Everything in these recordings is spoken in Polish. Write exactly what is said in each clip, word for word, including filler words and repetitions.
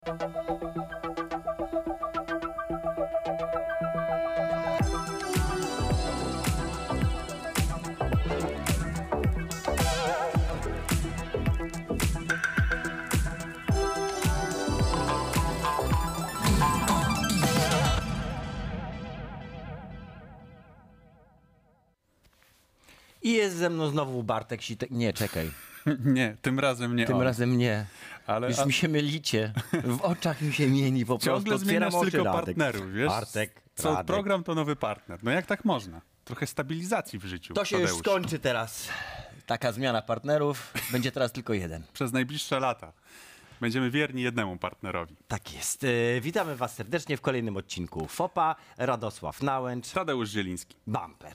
I jest ze mną znowu Bartek Sitek. Nie, czekaj. Nie, tym razem nie Tym on. razem nie. Ale, Już a... mi się mylicie. W oczach mi się mieni po Ciągle prostu. zmieniasz Otwieram tylko oczy, partnerów, wiesz? Bartek, Co Radek. program to nowy partner. No jak tak można? Trochę stabilizacji w życiu. To się Tadeusz. już skończy teraz. Taka zmiana partnerów. Będzie teraz tylko jeden. Przez najbliższe lata będziemy wierni jednemu partnerowi. Tak jest. E, witamy was serdecznie w kolejnym odcinku Fopa. Radosław Nałęcz. Tadeusz Zieliński. Bumper.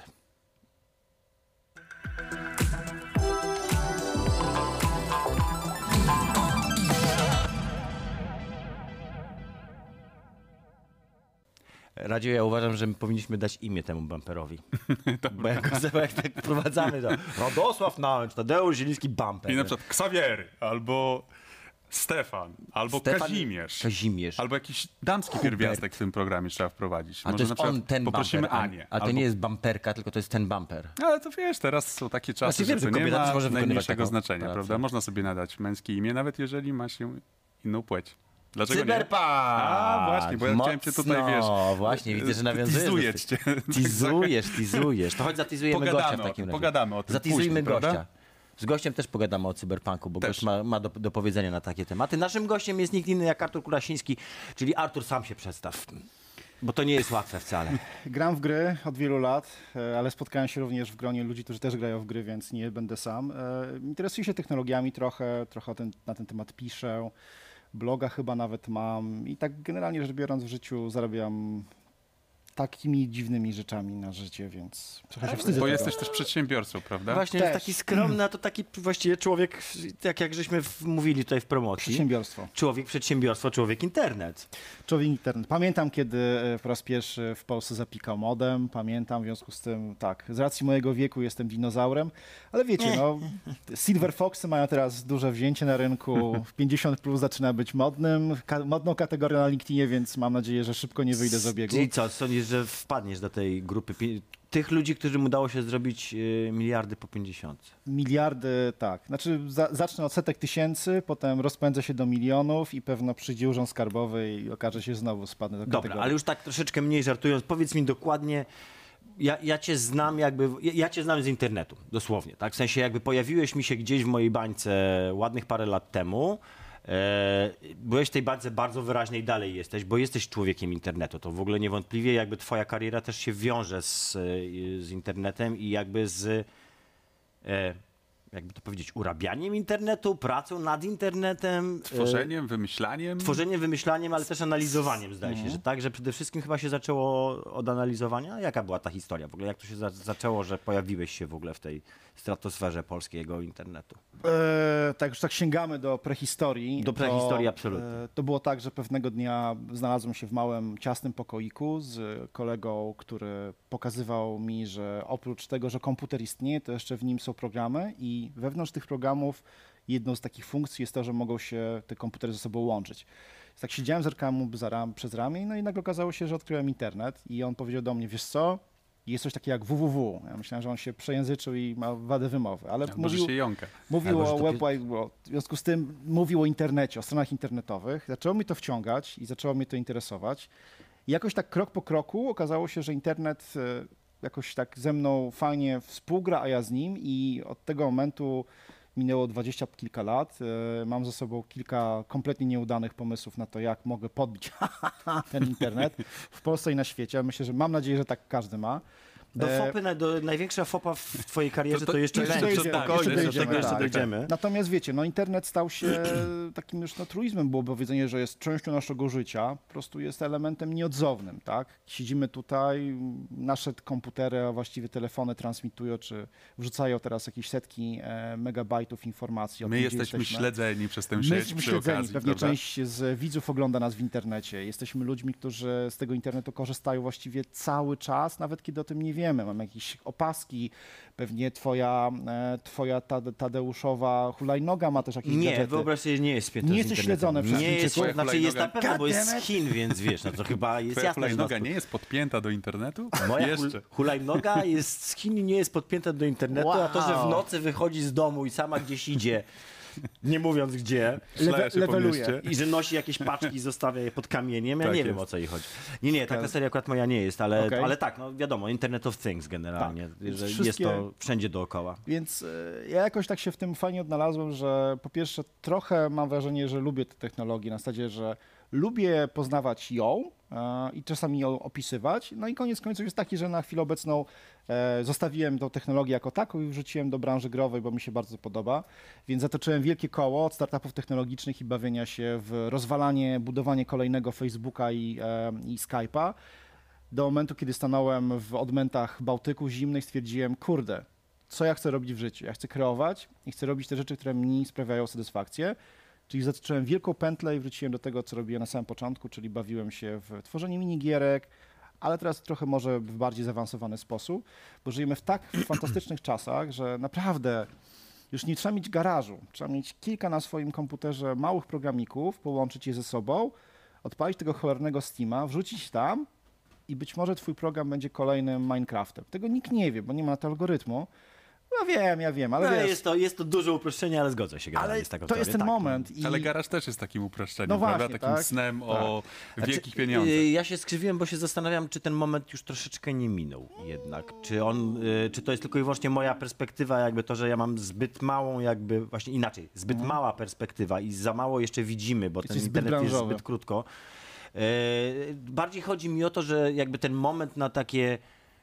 Radziu, ja uważam, że my powinniśmy dać imię temu bumperowi. Bo jak, go, jak tak wprowadzamy, to Radosław Nałęcz, Tadeusz Zieliński, bumper. I na przykład Ksawiery, albo Stefan, albo Stefan, Kazimierz. Kazimierz. Albo jakiś damski Hubert. pierwiastek w tym programie trzeba wprowadzić. A to Może na jest przykład on, ten poprosimy bumper. Anię. Ale to albo... nie jest bumperka, tylko to jest ten bumper. Ale to wiesz, teraz są takie czasy, Znaczy, wiem, że że to nie kobieta ma też może wykonywać najmniejszego taką znaczenia, pracę. prawda? Można sobie nadać męskie imię, nawet jeżeli ma się inną płeć. Dlaczego Cyberpunk! A, właśnie, bo ja chciałem cię tutaj, wiesz... No, właśnie, widzę, że nawiązujesz. Tizuję do cię. tych- Tizujesz, tizujesz. To chodź zatizujemy Pogadamy gościa w o takim tym, razie. pogadamy o tym Zatizujmy później, gościa. prawda? Z gościem też pogadamy o cyberpunku, bo Też. gość ma, ma do, do powiedzenia na takie tematy. Naszym gościem jest nikt inny jak Artur Kurasiński, czyli Artur, sam się przedstaw. Bo to nie jest łatwe wcale. Gram w gry od wielu lat, e, ale spotkałem się również w gronie ludzi, którzy też grają w gry, więc nie będę sam. E, Interesuję się technologiami trochę, trochę o ten, na ten temat piszę. Bloga chyba nawet mam i tak generalnie rzecz biorąc w życiu zarabiam takimi dziwnymi rzeczami na życie, więc trochę się wstydzę Bo tego. jesteś też przedsiębiorcą, prawda? Właśnie Też. jest taki skromny, a to taki właściwie człowiek, tak jak żeśmy w, mówili tutaj w promocji. Przedsiębiorstwo. Człowiek przedsiębiorstwo, człowiek internet. Człowiek internet. Pamiętam, kiedy e, po raz pierwszy w Polsce zapikał modem. Pamiętam, w związku z tym, tak, z racji mojego wieku jestem dinozaurem, ale wiecie, no, Silver Foxy mają teraz duże wzięcie na rynku. pięćdziesiąt plus zaczyna być modnym, ka modną kategorią na LinkedInie, więc mam nadzieję, że szybko nie wyjdę z obiegu. Czyli co, sądzisz, że wpadniesz do tej grupy pi- tych ludzi, którym udało się zrobić y, miliardy po pięćdziesiąt? Miliardy, tak. Znaczy za, zacznę od setek tysięcy, potem rozpędzę się do milionów i pewno przyjdzie urząd skarbowy i okaże się, że znowu spadnę do kategorii. Dobra, ale już tak troszeczkę mniej żartując, powiedz mi dokładnie, ja, ja cię znam jakby, ja, ja cię znam z internetu, dosłownie, tak? W sensie jakby pojawiłeś mi się gdzieś w mojej bańce ładnych parę lat temu, e, byłeś w tej bańce bardzo wyraźnie i dalej jesteś, bo jesteś człowiekiem internetu, to w ogóle niewątpliwie jakby twoja kariera też się wiąże z, z internetem i jakby z... E, jakby to powiedzieć, urabianiem internetu, pracą nad internetem. Tworzeniem, wymyślaniem. E, tworzeniem, wymyślaniem, ale też analizowaniem, zdaje się, że tak, że przede wszystkim chyba się zaczęło od analizowania. Jaka była ta historia w ogóle? Jak to się za zaczęło, że pojawiłeś się w ogóle w tej stratosferze polskiego internetu? E, tak, już tak sięgamy do prehistorii. Do prehistorii, to, absolutnie. E, to było tak, że pewnego dnia znalazłem się w małym, ciasnym pokoiku z kolegą, który pokazywał mi, że oprócz tego, że komputer istnieje, to jeszcze w nim są programy i wewnątrz tych programów jedną z takich funkcji jest to, że mogą się te komputery ze sobą łączyć. Więc tak siedziałem, zerkałem mu za ram, przez ramię, no i nagle okazało się, że odkryłem internet i on powiedział do mnie, wiesz co, jest coś takiego jak www. Ja myślałem, że on się przejęzyczył i ma wadę wymowy, ale Może mówił, się jąka. mówił Albo, o że Web to Wide World, w związku z tym mówił o internecie, o stronach internetowych. Zaczęło mnie to wciągać i zaczęło mnie to interesować. I jakoś tak krok po kroku okazało się, że internet e, jakoś tak ze mną fajnie współgra, a ja z nim i od tego momentu minęło dwadzieścia kilka lat. E, Mam ze sobą kilka kompletnie nieudanych pomysłów na to, jak mogę podbić ten internet w Polsce i na świecie. Myślę, że mam nadzieję, że tak każdy ma. Do E, fopy, na- do największa fopa w twojej karierze to, To- to jeszcze jeszcze będzie. dojdziemy, Spokojnie, jeszcze do tego dojdziemy, jeszcze tak, dojdziemy. Natomiast wiecie, no internet stał się takim już no, truizmem, było powiedzenie, że jest częścią naszego życia, po prostu jest elementem nieodzownym, tak? Siedzimy tutaj, nasze komputery, a właściwie telefony transmitują, czy wrzucają teraz jakieś setki e, megabajtów informacji o My tym, gdzie jesteśmy, jesteśmy. śledzeni przez tę My sieć jesteśmy przy śledzeni, okazji, pewnie prawda? część z widzów ogląda nas w internecie. Jesteśmy ludźmi, którzy z tego internetu korzystają właściwie cały czas, nawet kiedy o tym nie wiemy, mamy jakieś opaski, pewnie twoja, e, twoja Tade- Tadeuszowa hulajnoga ma też jakieś Nie, gadżety. wyobraź sobie, że nie jest spięta Nie z jesteś internetem. śledzony przez Nie jest, Chińczyków? znaczy jest na pewno, bo jest z Goddammit. Chin, więc wiesz, no to chyba jest Twoja jasne, że hulajnoga nas- nie jest podpięta do internetu? Moja Jeszcze. hul- hulajnoga jest z Chin i nie jest podpięta do internetu, a to, że w Wow. nocy wychodzi z domu i sama gdzieś idzie, nie mówiąc gdzie, Szlaje się po leveluje. mieście. i że nosi jakieś paczki i zostawia je pod kamieniem, ja Tak nie wiem, jest. o co jej chodzi. Nie, nie, taka seria akurat moja nie jest, ale, Okej. ale tak, no wiadomo, Internet of Things generalnie, Tak, że więc jest wszystkie- to wszędzie dookoła. Więc e, ja jakoś tak się w tym fajnie odnalazłem, że po pierwsze trochę mam wrażenie, że lubię tę technologię na zasadzie, że lubię poznawać ją e, i czasami ją opisywać. No i koniec końców jest taki, że na chwilę obecną e, zostawiłem tą technologię jako taką i wrzuciłem do branży growej, bo mi się bardzo podoba. Więc zatoczyłem wielkie koło od startupów technologicznych i bawienia się w rozwalanie, budowanie kolejnego Facebooka i, e, i Skype'a. Do momentu, kiedy stanąłem w odmętach Bałtyku zimnych, stwierdziłem, kurde, co ja chcę robić w życiu? Ja chcę kreować i chcę robić te rzeczy, które mi sprawiają satysfakcję. Czyli zacząłem wielką pętlę i wróciłem do tego, co robiłem na samym początku, czyli bawiłem się w tworzenie minigierek, ale teraz trochę może w bardziej zaawansowany sposób, bo żyjemy w tak fantastycznych czasach, że naprawdę już nie trzeba mieć garażu. Trzeba mieć kilka na swoim komputerze małych programików, połączyć je ze sobą, odpalić tego cholernego Steama, wrzucić tam i być może twój program będzie kolejnym Minecraftem. Tego nikt nie wie, bo nie ma na to algorytmu. No wiem, ja wiem, ale No, wiesz, jest, to, jest to duże uproszczenie, ale zgodzę się generalnie ale z taką to jest teorią, ten tak, moment. I Ale garaż też jest takim uproszczeniem, No prawda? właśnie, Takim tak? snem o Znaczy, wielkich pieniądzach. y, Ja się skrzywiłem, bo się zastanawiam, czy ten moment już troszeczkę nie minął jednak. Czy on, y, czy to jest tylko i wyłącznie moja perspektywa, jakby to, że ja mam zbyt małą, jakby właśnie inaczej, zbyt Mhm. mała perspektywa i za mało jeszcze widzimy, bo ten Jesteś zbyt internet jest branżowy. zbyt krótko. Y, Bardziej chodzi mi o to, że jakby ten moment na takie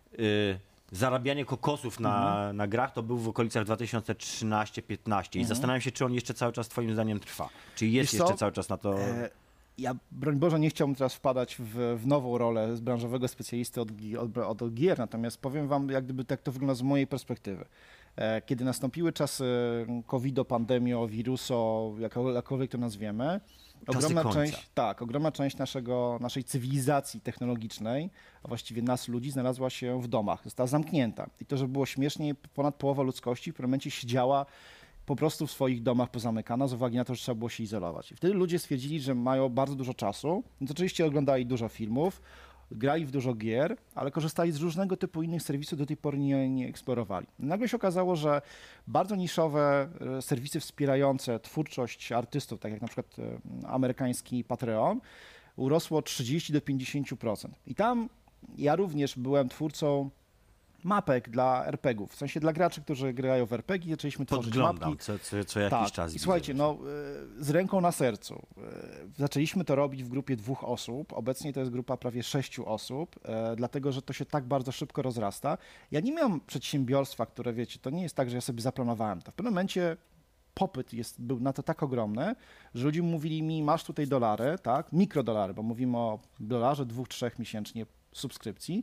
y, zarabianie kokosów na, Mhm. na grach to był w okolicach dwa tysiące trzynaście piętnaście i zastanawiam się, czy on jeszcze cały czas twoim zdaniem trwa. Czy jest Wiesz co? jeszcze cały czas na to... E, Ja, broń Boże, nie chciałbym teraz wpadać w, w nową rolę z branżowego specjalisty od, gi- od, od gier, natomiast powiem wam, jak gdyby tak to wygląda z mojej perspektywy. E, Kiedy nastąpiły czasy kowida, pandemii, wirusu, jako- jakkolwiek to nazwiemy, Czasy ogromna końca. część, tak, ogromna część naszego, naszej cywilizacji technologicznej, a właściwie nas ludzi, znalazła się w domach, została zamknięta. I to, że było śmiesznie, ponad połowa ludzkości w pewnym momencie siedziała po prostu w swoich domach pozamykana z uwagi na to, że trzeba było się izolować. I wtedy ludzie stwierdzili, że mają bardzo dużo czasu, więc oczywiście oglądali dużo filmów, grali w dużo gier, ale korzystali z różnego typu innych serwisów, do tej pory nie, nie eksplorowali. Nagle się okazało, że bardzo niszowe e, serwisy wspierające twórczość artystów, tak jak na przykład e, amerykański Patreon, urosło trzydzieści do pięćdziesięciu procent. I tam ja również byłem twórcą mapek dla er pe gie ów, w sensie dla graczy, którzy grają w er pe gie, zaczęliśmy tworzyć Podglądam mapki. co, co, co jakiś Tak. czas. I widzę. słuchajcie, no y, z ręką na sercu. y, Zaczęliśmy to robić w grupie dwóch osób. Obecnie to jest grupa prawie sześciu osób, y, dlatego że to się tak bardzo szybko rozrasta. Ja nie miałem przedsiębiorstwa, które wiecie, to nie jest tak, że ja sobie zaplanowałem to. W pewnym momencie popyt jest, był na to tak ogromny, że ludzie mówili mi, masz tutaj dolary, tak, mikrodolary, bo mówimy o dolarze dwóch, trzech miesięcznie subskrypcji.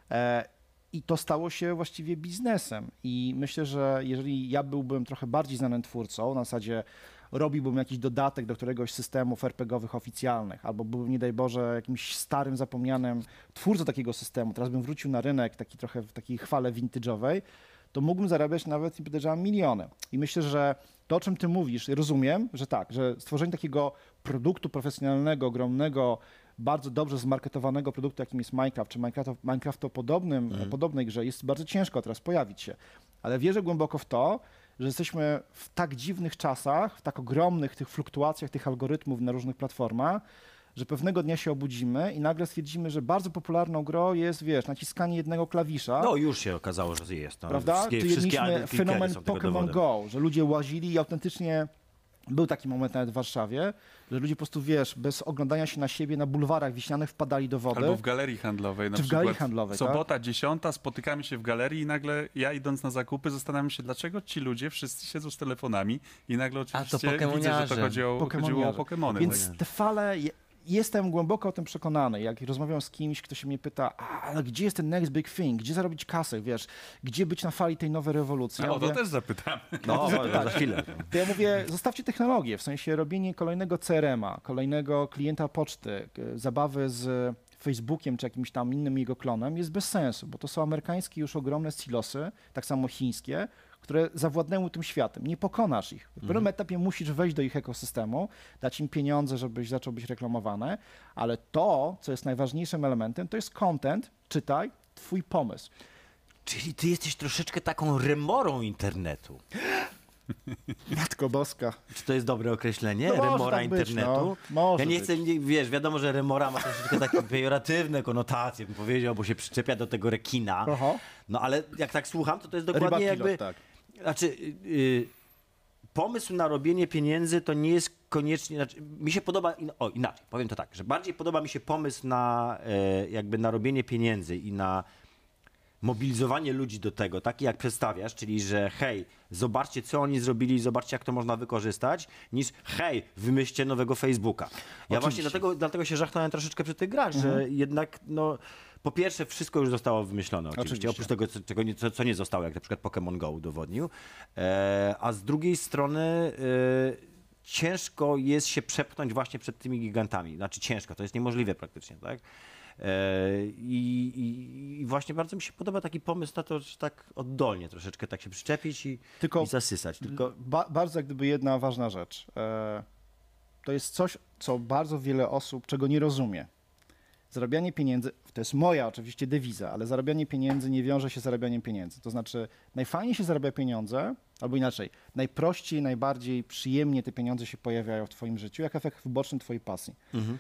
E, I to stało się właściwie biznesem. I myślę, że jeżeli ja byłbym trochę bardziej znanym twórcą, na zasadzie robiłbym jakiś dodatek do któregoś z systemów er pe gie owych oficjalnych, albo byłbym, nie daj Boże, jakimś starym, zapomnianym twórcą takiego systemu, teraz bym wrócił na rynek taki trochę w takiej chwale vintage'owej, to mógłbym zarabiać nawet, nie podejrzewam, miliony. I myślę, że to, o czym ty mówisz, rozumiem, że tak, że stworzenie takiego produktu profesjonalnego, ogromnego, bardzo dobrze zmarketowanego produktu, jakim jest Minecraft, czy Minecraft, Minecraftopodobnym, Mhm. podobnej grze, jest bardzo ciężko teraz pojawić się. Ale wierzę głęboko w to, że jesteśmy w tak dziwnych czasach, w tak ogromnych tych fluktuacjach tych algorytmów na różnych platformach, że pewnego dnia się obudzimy i nagle stwierdzimy, że bardzo popularną grą jest, wiesz, naciskanie jednego klawisza. No już się okazało, że jest. No, Prawda? Wszystkie, Tu wszystkie mieliśmy ad- clickery fenomen są tego Pokémon dowodem. Go, że ludzie łazili i autentycznie był taki moment nawet w Warszawie, że ludzie po prostu, wiesz, bez oglądania się na siebie na bulwarach wiśnianych wpadali do wody. Albo w galerii handlowej. Na Czy w przykład galerii handlowej, sobota, dziesiąta, spotykamy się w galerii i nagle ja idąc na zakupy zastanawiam się, dlaczego ci ludzie wszyscy siedzą z telefonami i nagle oczywiście widzę, że to pokemoniarze. chodziło, chodziło o Pokemoniarze. Pokemony. Więc tak. te fale, je- jestem głęboko o tym przekonany. Jak rozmawiam z kimś, kto się mnie pyta, a, ale gdzie jest ten next big thing, gdzie zarobić kasę, wiesz, gdzie być na fali tej nowej rewolucji? Ja O, to mówię, też zapytamy. No, za, za chwilę. to ja mówię, zostawcie technologię, w sensie robienie kolejnego ce er em a, kolejnego klienta poczty, k- zabawy z Facebookiem czy jakimś tam innym jego klonem jest bez sensu, bo to są amerykańskie już ogromne silosy, tak samo chińskie, które zawładnęły tym światem. Nie pokonasz ich. W pewnym Mhm. etapie musisz wejść do ich ekosystemu, dać im pieniądze, żebyś zaczął być reklamowany, ale to, co jest najważniejszym elementem, to jest content, czytaj, twój pomysł. Czyli ty jesteś troszeczkę taką remorą internetu. Matko boska. Czy to jest dobre określenie? No może remora tak być, internetu? no. Może ja nie być. chcę, nie, wiesz, wiadomo, że remora ma troszeczkę takie pejoratywne konotacje, bym powiedział, bo się przyczepia do tego rekina. Aha. No ale jak tak słucham, to to jest Ryba dokładnie pilot, jakby... tak. Znaczy, yy, pomysł na robienie pieniędzy to nie jest koniecznie... Znaczy, mi się podoba... in- O, inaczej, powiem to tak, że bardziej podoba mi się pomysł na e, jakby na robienie pieniędzy i na mobilizowanie ludzi do tego, taki jak przedstawiasz, czyli że hej, zobaczcie co oni zrobili, zobaczcie jak to można wykorzystać, niż hej, wymyślcie nowego Facebooka. Ja Oczywiście. właśnie dlatego, dlatego się żachnąłem troszeczkę przy tych grach, że jednak no po pierwsze wszystko już zostało wymyślone oczywiście, Oczywiście. oprócz tego co, czego nie, co, co nie zostało, jak na przykład Pokémon Go udowodnił, e, a z drugiej strony e, ciężko jest się przepchnąć właśnie przed tymi gigantami, znaczy ciężko, to jest niemożliwe praktycznie, tak? I, i, I właśnie bardzo mi się podoba taki pomysł na to, że tak oddolnie troszeczkę tak się przyczepić i, Tylko- i zasysać. Tylko Ba- bardzo jak gdyby jedna ważna rzecz. E, to jest coś, co bardzo wiele osób, czego nie rozumie. Zarabianie pieniędzy, to jest moja oczywiście dewiza, ale zarabianie pieniędzy nie wiąże się z zarabianiem pieniędzy. To znaczy najfajniej się zarabia pieniądze, albo inaczej, najprościej, najbardziej przyjemnie te pieniądze się pojawiają w twoim życiu, jak efekt wyboczny twojej pasji.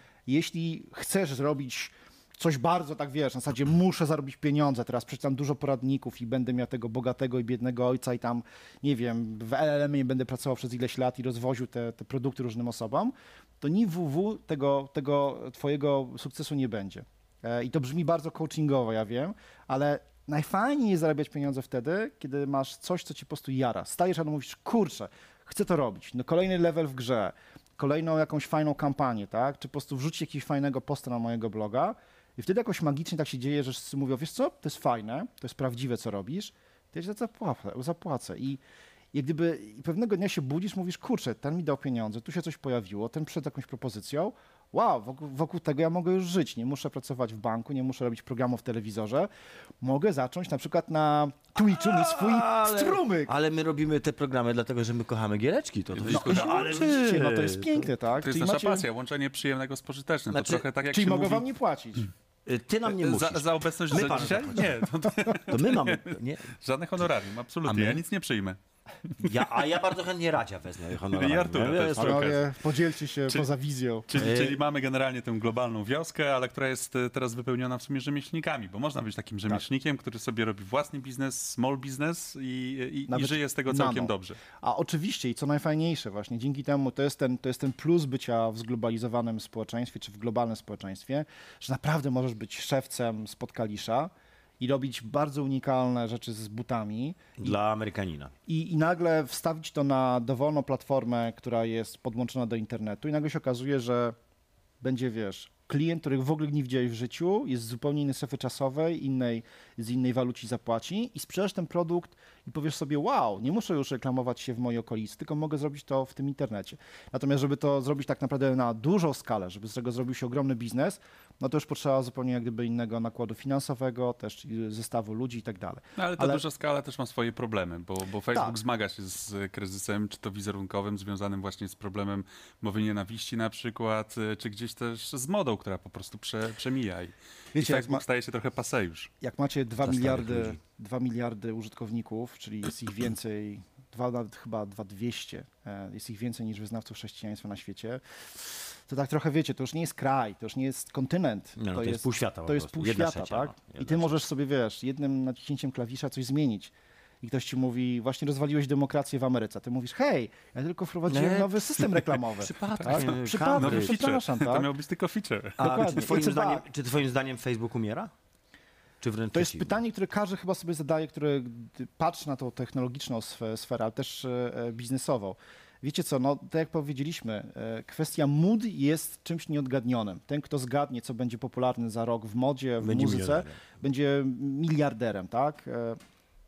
Jeśli chcesz zrobić coś bardzo, tak wiesz, na zasadzie muszę zarobić pieniądze, teraz przeczytam dużo poradników i będę miał tego bogatego i biednego ojca i tam, nie wiem, w L L M-ie będę pracował przez ileś lat i rozwoził te, te produkty różnym osobom, to ni W W tego, tego twojego sukcesu nie będzie. E, I to brzmi bardzo coachingowo, ja wiem, ale najfajniej jest zarabiać pieniądze wtedy, kiedy masz coś, co ci po prostu jara. Stajesz, a mówisz, kurczę, chcę to robić. No kolejny level w grze, kolejną jakąś fajną kampanię, tak? Czy po prostu wrzucić jakiegoś fajnego posta na mojego bloga. I wtedy jakoś magicznie tak się dzieje, że wszyscy mówią, wiesz co, to jest fajne, to jest prawdziwe, co robisz, to ja ci zapłacę, zapłacę. I, i gdyby i pewnego dnia się budzisz, mówisz, kurczę, ten mi dał pieniądze, tu się coś pojawiło, ten przyszedł jakąś propozycją, wow, wokół, wokół tego ja mogę już żyć, nie muszę pracować w banku, nie muszę robić programu w telewizorze, mogę zacząć na przykład na Twitchu mieć swój strumyk. ale my robimy te programy dlatego, że my kochamy giereczki. To, to No, wszystko, no, ale Oczywiście, no to jest piękne, tak? To jest Czyli nasza macie- pasja, łączenie przyjemnego z pożytecznym. Znaczy, to trochę tak jak Czyli się mogę mówi... wam nie płacić. Ty nam nie musisz. za, za obecność My za panu dzisiaj? Nie, to, to, To my mamy... Nie? żadne honorarium, A absolutnie. my? Ja nic nie przyjmę. Ja, a ja bardzo chętnie Radzia wezmę honorarium. I Artura Ja też. jest- Przy okazji. Panowie, podzielcie się Czyli- poza wizją. Czyli, E- czyli mamy generalnie tę globalną wioskę, ale która jest e, teraz wypełniona w sumie rzemieślnikami, bo można być takim rzemieślnikiem, który sobie robi własny biznes, small business i, i, i Nawet żyje z tego całkiem nano. dobrze. A oczywiście i co najfajniejsze właśnie, dzięki temu to jest, ten, to jest ten plus bycia w zglobalizowanym społeczeństwie czy w globalnym społeczeństwie, że naprawdę możesz być szewcem spod Kalisza i robić bardzo unikalne rzeczy z butami Dla Amerykanina. i, i nagle wstawić to na dowolną platformę, która jest podłączona do internetu i nagle się okazuje, że będzie, wiesz, klient, których w ogóle nie widziałeś w życiu, jest z zupełnie innej strefy czasowej, innej, z innej waluci zapłaci i sprzedasz ten produkt i powiesz sobie, wow, nie muszę już reklamować się w mojej okolicy, tylko mogę zrobić to w tym internecie. Natomiast żeby to zrobić tak naprawdę na dużą skalę, żeby z tego zrobił się ogromny biznes, no to już potrzeba zupełnie jak gdyby innego nakładu finansowego, też zestawu ludzi i tak dalej. No, ale ta Ale- duża skala też ma swoje problemy, bo, bo Facebook Tak. zmaga się z kryzysem, czy to wizerunkowym, związanym właśnie z problemem mowy nienawiści na przykład, e, czy gdzieś też z modą, która po prostu prze, przemija. I, i Wiecie, jak, Facebook ma, staje się trochę passé już. jak macie dwa Dla starych miliardy, ludzi. dwa miliardy użytkowników, czyli jest ich więcej, dwa, nawet chyba dwa dwieście, e, jest ich więcej niż wyznawców chrześcijaństwa na świecie, to tak trochę wiecie, to już nie jest kraj, to już nie jest kontynent, No, no, to jest pół świata po to jest prostu. pół Jedna świata, trzecia, tak? no. I Jedna ty możesz sobie, wiesz, jednym naciśnięciem klawisza coś zmienić. I ktoś ci mówi, właśnie rozwaliłeś demokrację w Ameryce. Ty mówisz, hej, ja tylko wprowadziłem Nie. nowy system reklamowy. Przypadkiem. Tak? Kamry. Przypadkiem, Nowy feature. przepraszam, To tak? miał być tylko feature. A Dokładnie. czy twoim, I co zdaniem, ba- czy twoim zdaniem Facebook umiera? Czy wręcz To jest przeciwnie? pytanie, które każdy chyba sobie zadaje, które gdy patrzy na tą technologiczną sfe- sferę, ale też e, e, biznesową. Wiecie co, no tak jak powiedzieliśmy, e, kwestia mód jest czymś nieodgadnionym. Ten, kto zgadnie, co będzie popularne za rok w modzie, w Będzie muzyce, milionerem. będzie miliarderem, tak? E,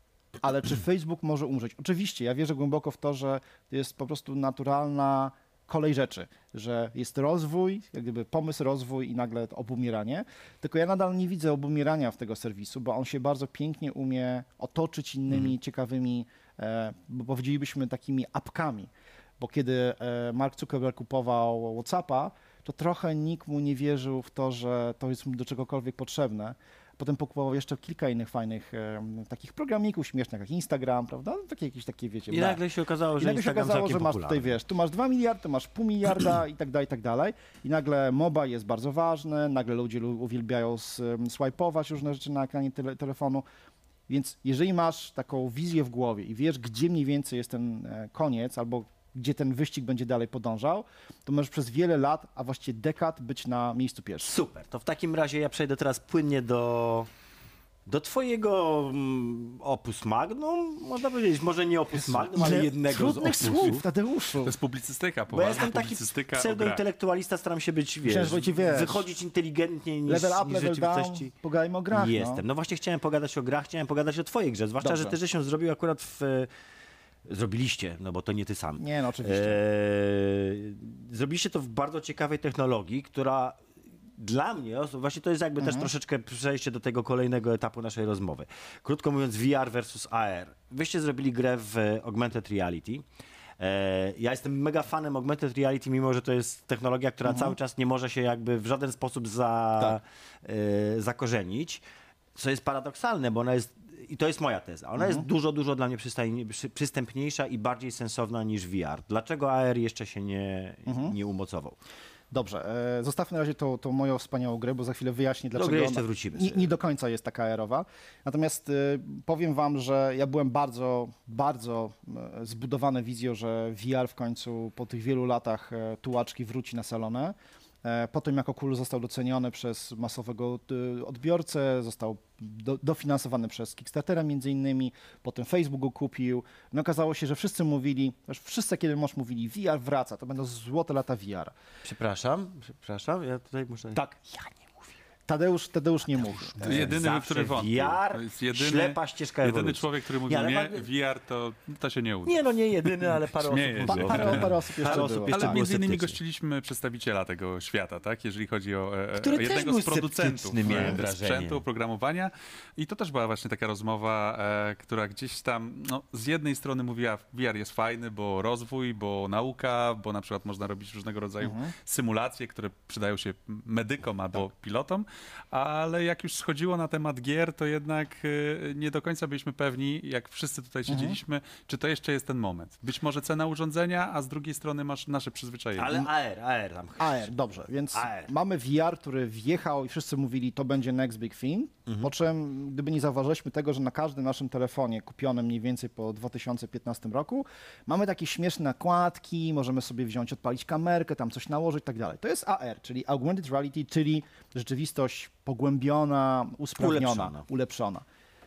Ale czy Facebook może umrzeć? Oczywiście, ja wierzę głęboko w to, że to jest po prostu naturalna kolej rzeczy, że jest rozwój, jak gdyby pomysł, rozwój i nagle obumieranie. Tylko ja nadal nie widzę obumierania w tego serwisu, bo on się bardzo pięknie umie otoczyć innymi mm. ciekawymi, e, bo powiedzielibyśmy takimi apkami. Bo kiedy e, Mark Zuckerberg kupował WhatsAppa, to trochę nikt mu nie wierzył w to, że to jest mu do czegokolwiek potrzebne. Potem pokupował jeszcze kilka innych fajnych e, takich programików śmiesznych, jak Instagram, prawda? Takie jakieś takie, wiecie. I da. nagle się okazało, że I nagle się Instagram okazało, że całkiem masz popularny. tutaj, wiesz, tu masz dwa miliardy, tu masz pół miliarda i tak dalej, i tak dalej. I nagle mobile jest bardzo ważny, nagle ludzie lu- uwielbiają s- swipe'ować różne rzeczy na ekranie tele- telefonu. Więc jeżeli masz taką wizję w głowie i wiesz, gdzie mniej więcej jest ten e, koniec, albo gdzie ten wyścig będzie dalej podążał, to możesz przez wiele lat, a właściwie dekad być na miejscu pierwszym. Super, to w takim razie ja przejdę teraz płynnie do, do twojego mm, opus magnum, można powiedzieć, może nie opus magnum, ale Ile jednego z trudnych opusów. słów, Tadeuszu. To jest publicystyka, Bo ja poważna jestem taki publicystyka o grach. pseudointelektualista, staram się być, wiesz, Myślałem, że ci wiesz. wychodzić inteligentniej niż, Level up, niż level down, rzeczywistości. pogadajmy o grach. Jestem. No. No właśnie chciałem pogadać o grach, chciałem pogadać o twojej grze, zwłaszcza, Dobrze. że ty, że się zrobił akurat w... Zrobiliście, no bo to nie ty sam. Nie, no oczywiście. Eee, zrobiliście to w bardzo ciekawej technologii, która dla mnie, oso- właśnie to jest jakby Mhm. też troszeczkę przejście do tego kolejnego etapu naszej rozmowy. Krótko mówiąc, V R versus A R. Wyście zrobili grę w e, Augmented Reality. E, Ja jestem mega fanem Augmented Reality, mimo że to jest technologia, która Mhm. cały czas nie może się jakby w żaden sposób za, Tak. e, zakorzenić. Co jest paradoksalne, bo ona jest, i to jest moja teza, ona jest dużo, dużo dla mnie przystaj- przy- przystępniejsza i bardziej sensowna niż V R. Dlaczego A R jeszcze się nie, nie umocował? Dobrze, e, zostawmy na razie tą, tą moją wspaniałą grę, bo za chwilę wyjaśnię, dlaczego grę jeszcze ona wrócimy nie, sobie. nie do końca jest taka aerowa. Natomiast e, powiem wam, że ja byłem bardzo, bardzo e, zbudowany wizją, że V R w końcu po tych wielu latach e, tułaczki wróci na salony. E, Po tym, jak Oculus został doceniony przez masowego e, odbiorcę, został do, dofinansowany przez Kickstartera między innymi, potem Facebook go kupił. No okazało się, że wszyscy mówili, też wszyscy kiedy mąż mówili, V R wraca, to będą złote lata V R. Przepraszam, przepraszam, ja tutaj muszę... Tak. Tadeusz, Tadeusz nie mówi. To jedyny, Zawsze który wątpił. V R, To jest jedyny, ślepa ścieżka jedyny ewolucji. człowiek, który mówi, Nie, ale nie, ma- V R to, to się nie uda. Nie, no nie jedyny, ale parę Śmieję osób się. mówiło. Pa, parę, parę osób jeszcze Parę osób było. jeszcze Ale było między innymi sceptycznie. gościliśmy przedstawiciela tego świata, tak? Jeżeli chodzi o e, Który o też jednego był z producentów sceptyczny, miałem e, wrażenie. sprzętu, oprogramowania. I to też była właśnie taka rozmowa, e, która gdzieś tam no, z jednej strony mówiła, V R jest fajny, bo rozwój, bo nauka, bo na przykład można robić różnego rodzaju Mhm. symulacje, które przydają się medykom albo pilotom, ale jak już schodziło na temat gier, to jednak e, nie do końca byliśmy pewni, jak wszyscy tutaj siedzieliśmy, czy to jeszcze jest ten moment. Być może cena urządzenia, a z drugiej strony masz nasze przyzwyczajenie. Ale A R, A R tam. A R, dobrze, więc A R. mamy V R, który wjechał i wszyscy mówili, to będzie next big thing, po czym gdyby nie zauważyliśmy tego, że na każdym naszym telefonie kupionym mniej więcej po dwa tysiące piętnastym roku mamy takie śmieszne nakładki, możemy sobie wziąć, odpalić kamerkę, tam coś nałożyć i tak dalej. To jest A R, czyli Augmented Reality, czyli rzeczywistość pogłębiona, usprawniona, Ulepszona. ulepszona.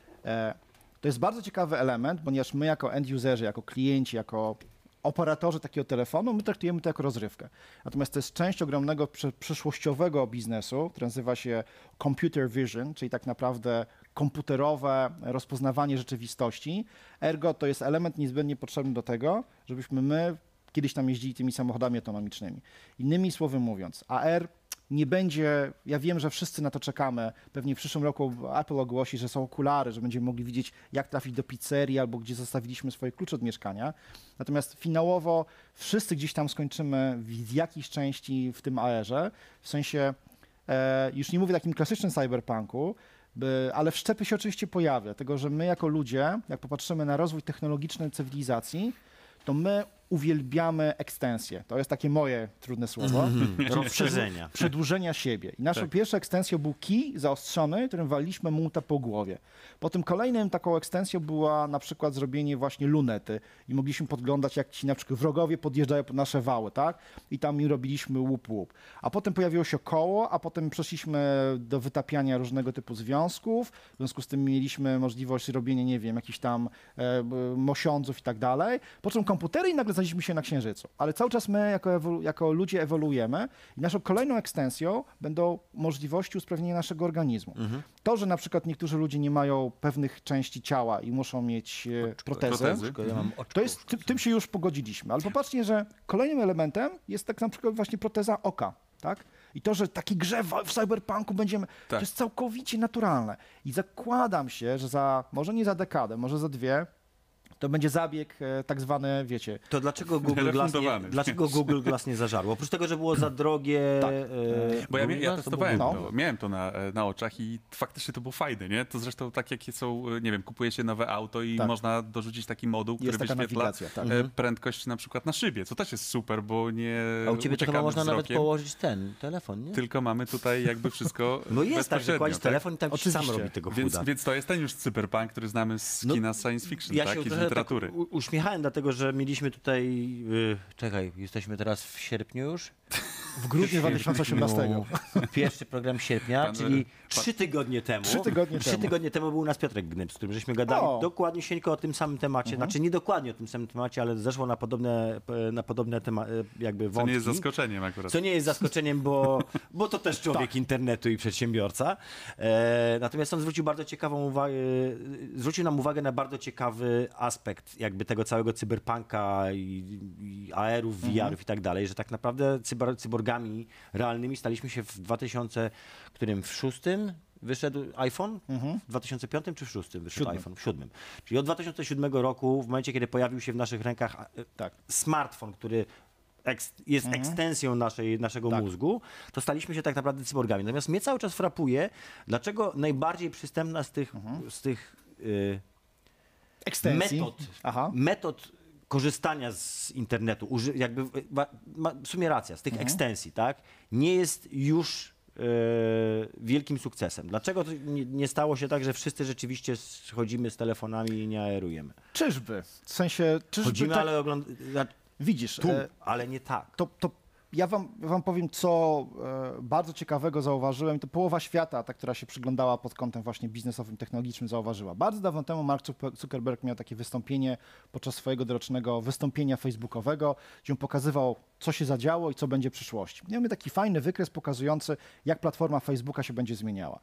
E, To jest bardzo ciekawy element, ponieważ my jako end-userzy, jako klienci, jako operatorzy takiego telefonu, my traktujemy to jako rozrywkę. Natomiast to jest część ogromnego przy- przyszłościowego biznesu, który nazywa się computer vision, czyli tak naprawdę komputerowe rozpoznawanie rzeczywistości. Ergo to jest element niezbędnie potrzebny do tego, żebyśmy my kiedyś tam jeździli tymi samochodami autonomicznymi. Innymi słowy mówiąc, A R nie będzie, ja wiem, że wszyscy na to czekamy, pewnie w przyszłym roku Apple ogłosi, że są okulary, że będziemy mogli widzieć, jak trafić do pizzerii albo gdzie zostawiliśmy swoje klucze od mieszkania. Natomiast finałowo wszyscy gdzieś tam skończymy w jakiejś części w tym A R-ze, w sensie, e, już nie mówię takim klasycznym cyberpunku, by, ale wszczepy się oczywiście pojawia, dlatego że my jako ludzie, jak popatrzymy na rozwój technologiczny cywilizacji, to my uwielbiamy ekstensję. To jest takie moje trudne słowo. Rozszerzenia. Przedłużenia siebie. I naszą Tak. pierwszą ekstensją był kij zaostrzony, którym waliliśmy mułta po głowie. Potem kolejnym taką ekstensją była na przykład zrobienie właśnie lunety i mogliśmy podglądać, jak ci na przykład wrogowie podjeżdżają pod nasze wały, tak? I tam im robiliśmy łup łup. A potem pojawiło się koło, a potem przeszliśmy do wytapiania różnego typu związków. W związku z tym mieliśmy możliwość robienia, nie wiem, jakichś tam e, b- mosiądzów i tak dalej. Po czym komputery i nagle znaleźliśmy się na Księżycu. Ale cały czas my jako, ewolu- jako ludzie ewoluujemy i naszą kolejną ekstensją będą możliwości usprawnienia naszego organizmu. Mhm. To, że na przykład niektórzy ludzie nie mają pewnych części ciała i muszą mieć e, protezy, protezy. Ja mam oczko to jest, tym, tym się już pogodziliśmy. Ale popatrzcie, że kolejnym elementem jest tak na przykład właśnie proteza oka, tak? I to, że taki grze w, w cyberpunku będziemy, Tak. to jest całkowicie naturalne. I zakładam się, że za, może nie za dekadę, może za dwie, to będzie zabieg e, tak zwany, wiecie, To dlaczego Google Glass nie, Refundowany. dlaczego Google Glass nie zażarło? Oprócz tego, że było za drogie... Tak. e, Bo ja, Google ja Glass, to testowałem było No. to, miałem to na, na oczach i faktycznie to było fajne, nie? To zresztą tak jakie są, nie wiem, kupuje się nowe auto i Tak. można dorzucić taki moduł, który jest taka wyświetla nawigacja. Tak. e, prędkość na przykład na szybie, co też jest super, bo nie A u ciebie to chyba uciekamy można nawet wzrokiem, położyć ten telefon, nie? tylko mamy tutaj jakby wszystko No jest tak, że bezpośrednio, kładziesz telefon i tam ci sam Oczywiście. robi tego Więc, chuda. więc to jest ten już cyberpunk, który znamy z No, kina science fiction, Ja tak? się I z trochę literatury. tak u- uśmiechałem, dlatego że mieliśmy tutaj... y, czekaj, jesteśmy teraz w sierpniu już? W grudniu dwa tysiące osiemnastego. Pierwszy program sierpnia, Pan- czyli pan- trzy tygodnie temu. Trzy tygodnie trzy temu. tygodnie temu był u nas Piotrek Gnyb, z którym żeśmy gadali O. dokładnie sieńko o tym samym temacie. Znaczy nie dokładnie o tym samym temacie, ale zeszło na podobne, na podobne tema, jakby Co wątki. nie jest zaskoczeniem akurat. Co nie jest zaskoczeniem, bo, bo to też człowiek Tak. internetu i przedsiębiorca. E, natomiast on zwrócił bardzo ciekawą uwagę, zwrócił nam uwagę na bardzo ciekawy aspekt jakby tego całego cyberpunka i, i A R-ów, V R-ów i tak dalej, że tak naprawdę cyber, cyborgami realnymi staliśmy się w dwa tysiące, którym w szóstym wyszedł iPhone? W dwa tysiące piątym czy w szóstym wyszedł Siódmym. iPhone? W siódmym. Czyli od dwa tysiące siódmego roku, w momencie, kiedy pojawił się w naszych rękach e, Tak. smartfon, który eks, jest ekstensją naszej, naszego Tak. mózgu, to staliśmy się tak naprawdę cyborgami. Natomiast mnie cały czas frapuje, dlaczego najbardziej przystępna z tych, z tych y, Ekstensji. metod, Aha. metod korzystania z internetu, uży, jakby y, ma, ma, w sumie racja, z tych ekstensji, tak, nie jest już y, wielkim sukcesem. Dlaczego to nie, nie stało się tak, że wszyscy rzeczywiście chodzimy z telefonami i nie aerujemy? Czyżby? W sensie, czyżby Chodzimy, tak, ale oglądamy widzisz, tu, e, ale nie tak. to, to ja wam, wam powiem, co e, bardzo ciekawego zauważyłem. To połowa świata, ta, która się przyglądała pod kątem właśnie biznesowym, technologicznym, zauważyła. Bardzo dawno temu Mark Zuckerberg miał takie wystąpienie podczas swojego dorocznego wystąpienia facebookowego, gdzie on pokazywał, co się zadziało i co będzie w przyszłości. Miał taki fajny wykres pokazujący, jak platforma Facebooka się będzie zmieniała.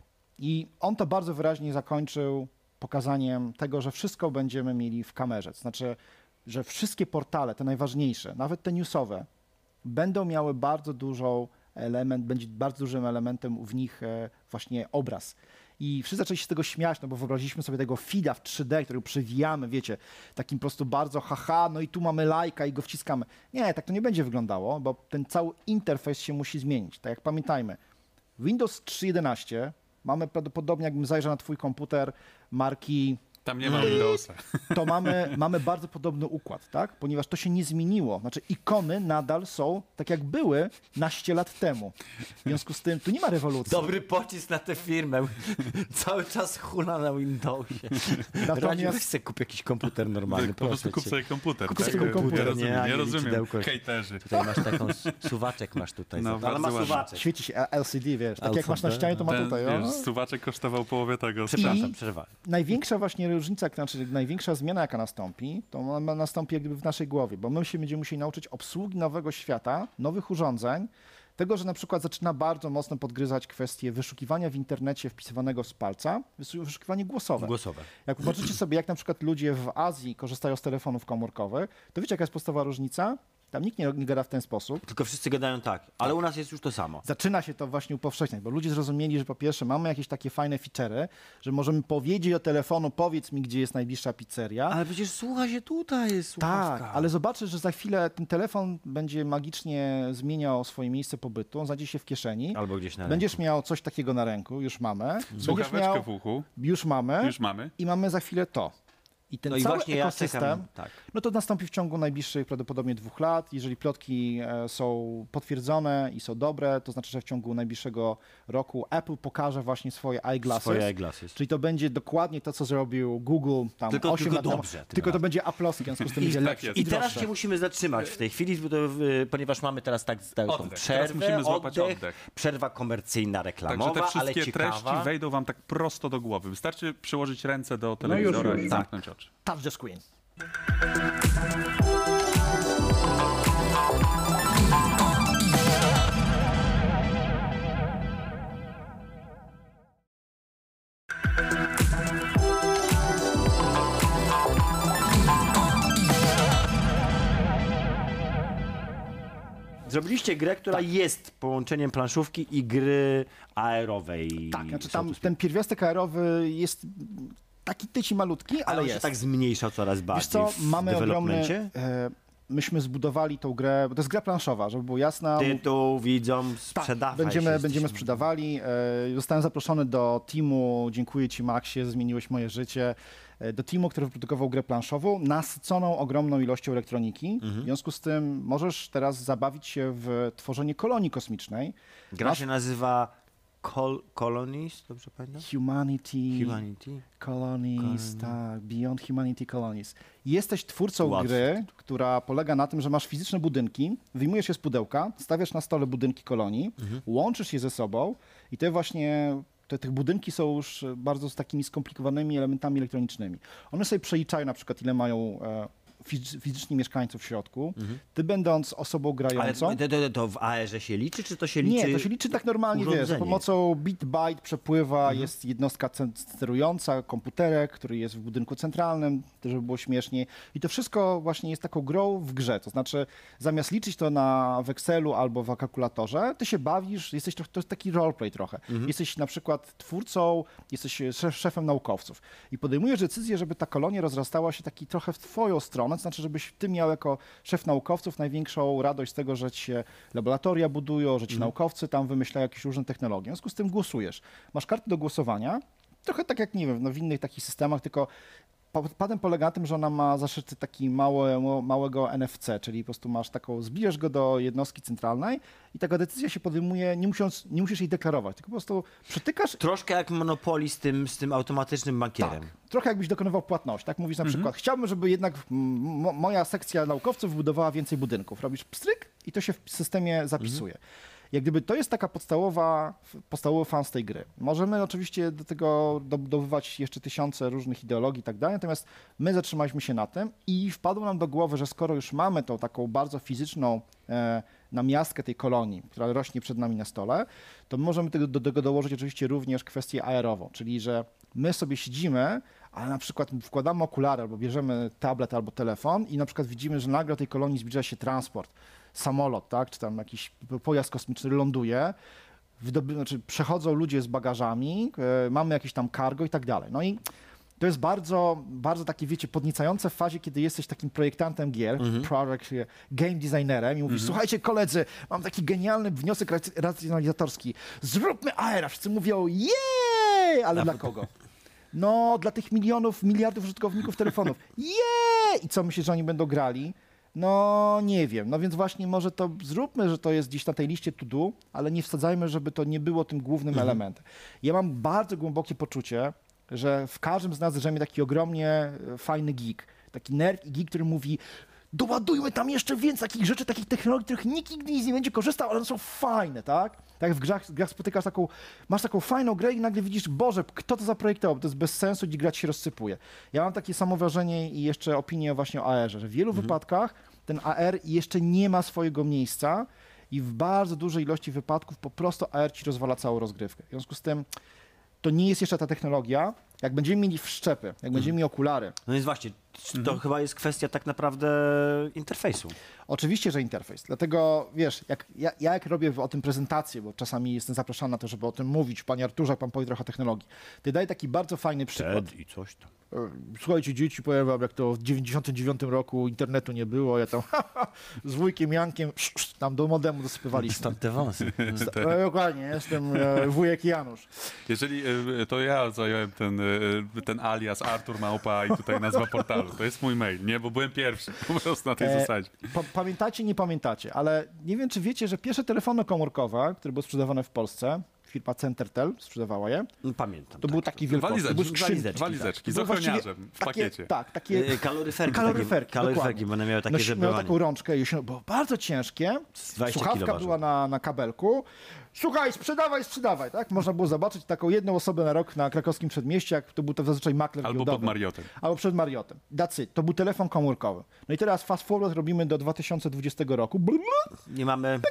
I on to bardzo wyraźnie zakończył pokazaniem tego, że wszystko będziemy mieli w kamerze. To znaczy, że wszystkie portale, te najważniejsze, nawet te newsowe, będą miały bardzo dużą element, będzie bardzo dużym elementem w nich e, właśnie obraz. I wszyscy zaczęli się z tego śmiać, no bo wyobraziliśmy sobie tego feeda w trzy D, którego przewijamy, wiecie, takim po prostu bardzo haha, no i tu mamy lajka i go wciskamy. Nie, tak to nie będzie wyglądało, bo ten cały interfejs się musi zmienić. Tak jak pamiętajmy, Windows trzy jedenaście mamy prawdopodobnie, jakbym zajrzał na twój komputer marki, Tam nie ma Windowsa. to mamy, mamy bardzo podobny układ, tak? Ponieważ to się nie zmieniło. Znaczy ikony nadal są tak, jak były naście lat temu. W związku z tym tu nie ma rewolucji. Dobry pocisk na tę firmę. Cały czas hula na Windowsie. Natomiast- Radził, weź sobie kup jakiś komputer normalny. Po prostu proszę kup cię. sobie komputer. Kup tak? sobie komputer, Ja rozumiem, nie, a nie ja rozumiem. liczydełko. Hejterzy. Tutaj masz taką s- suwaczek masz tutaj. No, za- ale bardzo ma ładnie. suwaczek. Świeci się L C D, wiesz, tak jak L C D, masz na ścianie, to ma Ten, tutaj. wiesz, O. suwaczek kosztował połowę tego. Przepraszam, I- przerwałem. Największa właśnie różnica, znaczy największa zmiana, jaka nastąpi, to ona nastąpi jak gdyby w naszej głowie, bo my się będziemy musieli nauczyć obsługi nowego świata, nowych urządzeń, tego, że na przykład zaczyna bardzo mocno podgryzać kwestię wyszukiwania w internecie wpisywanego z palca, wyszu- wyszukiwanie głosowe. Głosowe. Jak popatrzycie sobie, jak na przykład ludzie w Azji korzystają z telefonów komórkowych, to wiecie, jaka jest podstawowa różnica? Tam nikt nie, nie gada w ten sposób. Tylko wszyscy gadają tak, ale u nas jest już to samo. Zaczyna się to właśnie upowszechniać, bo ludzie zrozumieli, że po pierwsze mamy jakieś takie fajne feature'y, że możemy powiedzieć o telefonu, powiedz mi, gdzie jest najbliższa pizzeria. Ale przecież słucha się tutaj, jest słuchawka. Tak, ale zobaczysz, że za chwilę ten telefon będzie magicznie zmieniał swoje miejsce pobytu, on znajdzie się w kieszeni. Albo gdzieś na Będziesz ręku. miał coś takiego na ręku, już mamy. Będziesz Słuchaweczkę miał, w uchu. już mamy. Już mamy. I mamy za chwilę to. I ten No i cały właśnie ja ekosystem, czekam, tak. no to nastąpi w ciągu najbliższych prawdopodobnie dwóch lat. Jeżeli plotki e, są potwierdzone i są dobre, to znaczy, że w ciągu najbliższego roku Apple pokaże właśnie swoje eyeglasses. Swoje eyeglasses. Czyli to będzie dokładnie to, co zrobił Google tam Tylko- osiem tylko lat temu. dobrze tym Tylko to razem. będzie Apple'owskie, w związku z tym I będzie tak lepsze. jest. I teraz droższe. się musimy zatrzymać w tej chwili, bo to, y, ponieważ mamy teraz tak taką Oddech. Teraz przerwę, musimy złapać oddech, oddech. przerwa komercyjna, reklamowa, Także te ale wszystkie treści ciekawa. wejdą wam tak prosto do głowy. Wystarczy przyłożyć ręce do już, telewizora już. i zamknąć oczy. Touch the screen. Zrobiliście grę, która Tak. jest połączeniem planszówki i gry aerowej. Tak, znaczy so tam to speak. ten pierwiastek aerowy jest taki tyci malutki, ale, Ale on się jest. tak zmniejsza coraz Wiesz bardziej co, w mamy ogromny... developmencie. E, myśmy zbudowali tą grę, bo to jest gra planszowa, żeby było jasne. Tytuł, widzom, Tak, sprzedawaj będziemy, się, będziemy jesteśmy- sprzedawali. E, Zostałem zaproszony do teamu, dziękuję Ci Maxie, zmieniłeś moje życie, e, do teamu, który wyprodukował grę planszową, nasyconą ogromną ilością elektroniki. W związku z tym możesz teraz zabawić się w tworzenie kolonii kosmicznej. Gra Masz się nazywa Col Colonies, dobrze pamiętam? Humanity, Humanity. Colonies, tak, Beyond Humanity Colonies. Jesteś twórcą Łatwo. gry, która polega na tym, że masz fizyczne budynki, wyjmujesz je z pudełka, stawiasz na stole budynki kolonii, Mhm. łączysz je ze sobą i te właśnie, te, te budynki są już bardzo z takimi skomplikowanymi elementami elektronicznymi. One sobie przeliczają na przykład, ile mają e, fiz- fizyczni mieszkańców w środku. Ty będąc osobą Mhm. Ale grającą... to, to, to w A R ze się liczy, czy to się liczy? Nie, to się liczy tak normalnie, wiesz, za urządzenie? pomocą bit-byte przepływa, jest jednostka cen- sterująca, komputerek, który jest w budynku centralnym, żeby było śmieszniej. I to wszystko właśnie jest taką grą w grze, to znaczy zamiast liczyć to na w Excelu albo w kalkulatorze, ty się bawisz, jesteś trochę, to jest taki roleplay trochę. Jesteś na przykład twórcą, jesteś szef, szefem naukowców i podejmujesz decyzję, żeby ta kolonia rozrastała się taki trochę w twoją stronę, to znaczy, żebyś ty miał jako szef naukowców największą radość z tego, że ci się laboratoria budują, że ci naukowcy tam wymyślają jakieś różne technologie. W związku z tym głosujesz. Masz kartę do głosowania, trochę tak jak, nie wiem, no w innych takich systemach, tylko pa- patent polega na tym, że ona ma zaszyty taki mały, małego N F C, czyli po prostu masz taką, zbijesz go do jednostki centralnej i taka decyzja się podejmuje, nie, musiąc, nie musisz jej deklarować, tylko po prostu przytykasz. Troszkę jak Monopoly z tym, z tym automatycznym bankierem. Tak, trochę jakbyś dokonywał płatności, tak? Mówisz na przykład, chciałbym, żeby jednak mm, mo- moja sekcja naukowców wybudowała więcej budynków. Robisz pstryk i to się w systemie zapisuje. Jak gdyby to jest taka podstawowa, podstawowy fan z tej gry. Możemy oczywiście do tego dobudowywać jeszcze tysiące różnych ideologii i tak dalej, natomiast my zatrzymaliśmy się na tym i wpadło nam do głowy, że skoro już mamy tą taką bardzo fizyczną e, namiastkę tej kolonii, która rośnie przed nami na stole, to możemy tego, do tego dołożyć oczywiście również kwestię aerową, czyli że my sobie siedzimy, ale na przykład wkładamy okulary albo bierzemy tablet albo telefon i na przykład widzimy, że nagle do tej kolonii zbliża się transport, samolot, tak, czy tam jakiś pojazd kosmiczny ląduje, wydoby, znaczy przechodzą ludzie z bagażami, e, mamy jakieś tam cargo i tak dalej. No i to jest bardzo, bardzo takie, wiecie, podniecające w fazie, kiedy jesteś takim projektantem gier, product, e, game designerem i mówisz, słuchajcie koledzy, mam taki genialny wniosek rac- racjonalizatorski, zróbmy A R, a wszyscy mówią, jej, ale dla kogo? No, dla tych milionów, miliardów użytkowników telefonów. Jej! I co, myślisz, że oni będą grali? No, nie wiem. No więc właśnie może to zróbmy, że to jest gdzieś na tej liście to do, ale nie wsadzajmy, żeby to nie było tym głównym elementem. Ja mam bardzo głębokie poczucie, że w każdym z nas drzemie taki ogromnie e, fajny geek. Taki nerd i geek, który mówi, doładujmy tam jeszcze więcej takich rzeczy, takich technologii, których nikt nigdy nie będzie korzystał, ale one są fajne, tak? Tak jak w grach, w grach spotykasz taką, masz taką fajną grę i nagle widzisz, Boże, kto to zaprojektował, to jest bez sensu, gdzie gra ci się rozsypuje. Ja mam takie samo wrażenie i jeszcze opinię właśnie o A R-ze, że w wielu wypadkach ten A R jeszcze nie ma swojego miejsca i w bardzo dużej ilości wypadków po prostu A R ci rozwala całą rozgrywkę. W związku z tym to nie jest jeszcze ta technologia. Jak będziemy mieli wszczepy, jak będziemy mieli okulary, No więc właśnie, to chyba jest kwestia tak naprawdę interfejsu. oczywiście, że interfejs. Dlatego, wiesz, jak, ja, ja jak robię o tym prezentację, bo czasami jestem zapraszany na to, żeby o tym mówić, panie Arturze, jak pan powie trochę o technologii, to daję taki bardzo fajny przykład. i coś tam. E, Słuchajcie, dzieci, powiem wam, jak to w dziewięćdziesiątym dziewiątym roku internetu nie było, ja tam z wujkiem Jankiem tam do modemu dosypywaliśmy. Stąd te wąsy. E, Dokładnie, jestem e, wujek Janusz. Jeżeli y, to ja zająłem ten, y, ten alias Artur Małpa i tutaj nazwa portalu. To jest mój mail, nie? Bo byłem pierwszy po prostu na tej E, zasadzie. Pa, pamiętacie, nie pamiętacie, ale nie wiem, czy wiecie, że pierwsze telefony komórkowe, które były sprzedawane w Polsce, firma Centertel sprzedawała je, No, pamiętam. to tak. był taki wielkości, to były Walizeczki, skrzynki. walizeczki z To były właściwie ochroniarzem w takie- pakiecie. Tak, takie Y, Kaloryferki. kaloryferki, takie, kaloryferki, dokładnie. bo one miały takie, no, że miał były... taką rączkę, i się, było bardzo ciężkie, dwadzieścia słuchawka kilo ważył. była na, na kabelku. Słuchaj, sprzedawaj, sprzedawaj, tak? Można było zobaczyć taką jedną osobę na rok na krakowskim przedmieściu, jak to był to zazwyczaj makler Albo giełdowy. pod Mariotem. Albo przed Mariotem. That's it. To był telefon komórkowy. No i teraz fast forward robimy do dwa tysiące dwudziestego roku. Nie mamy...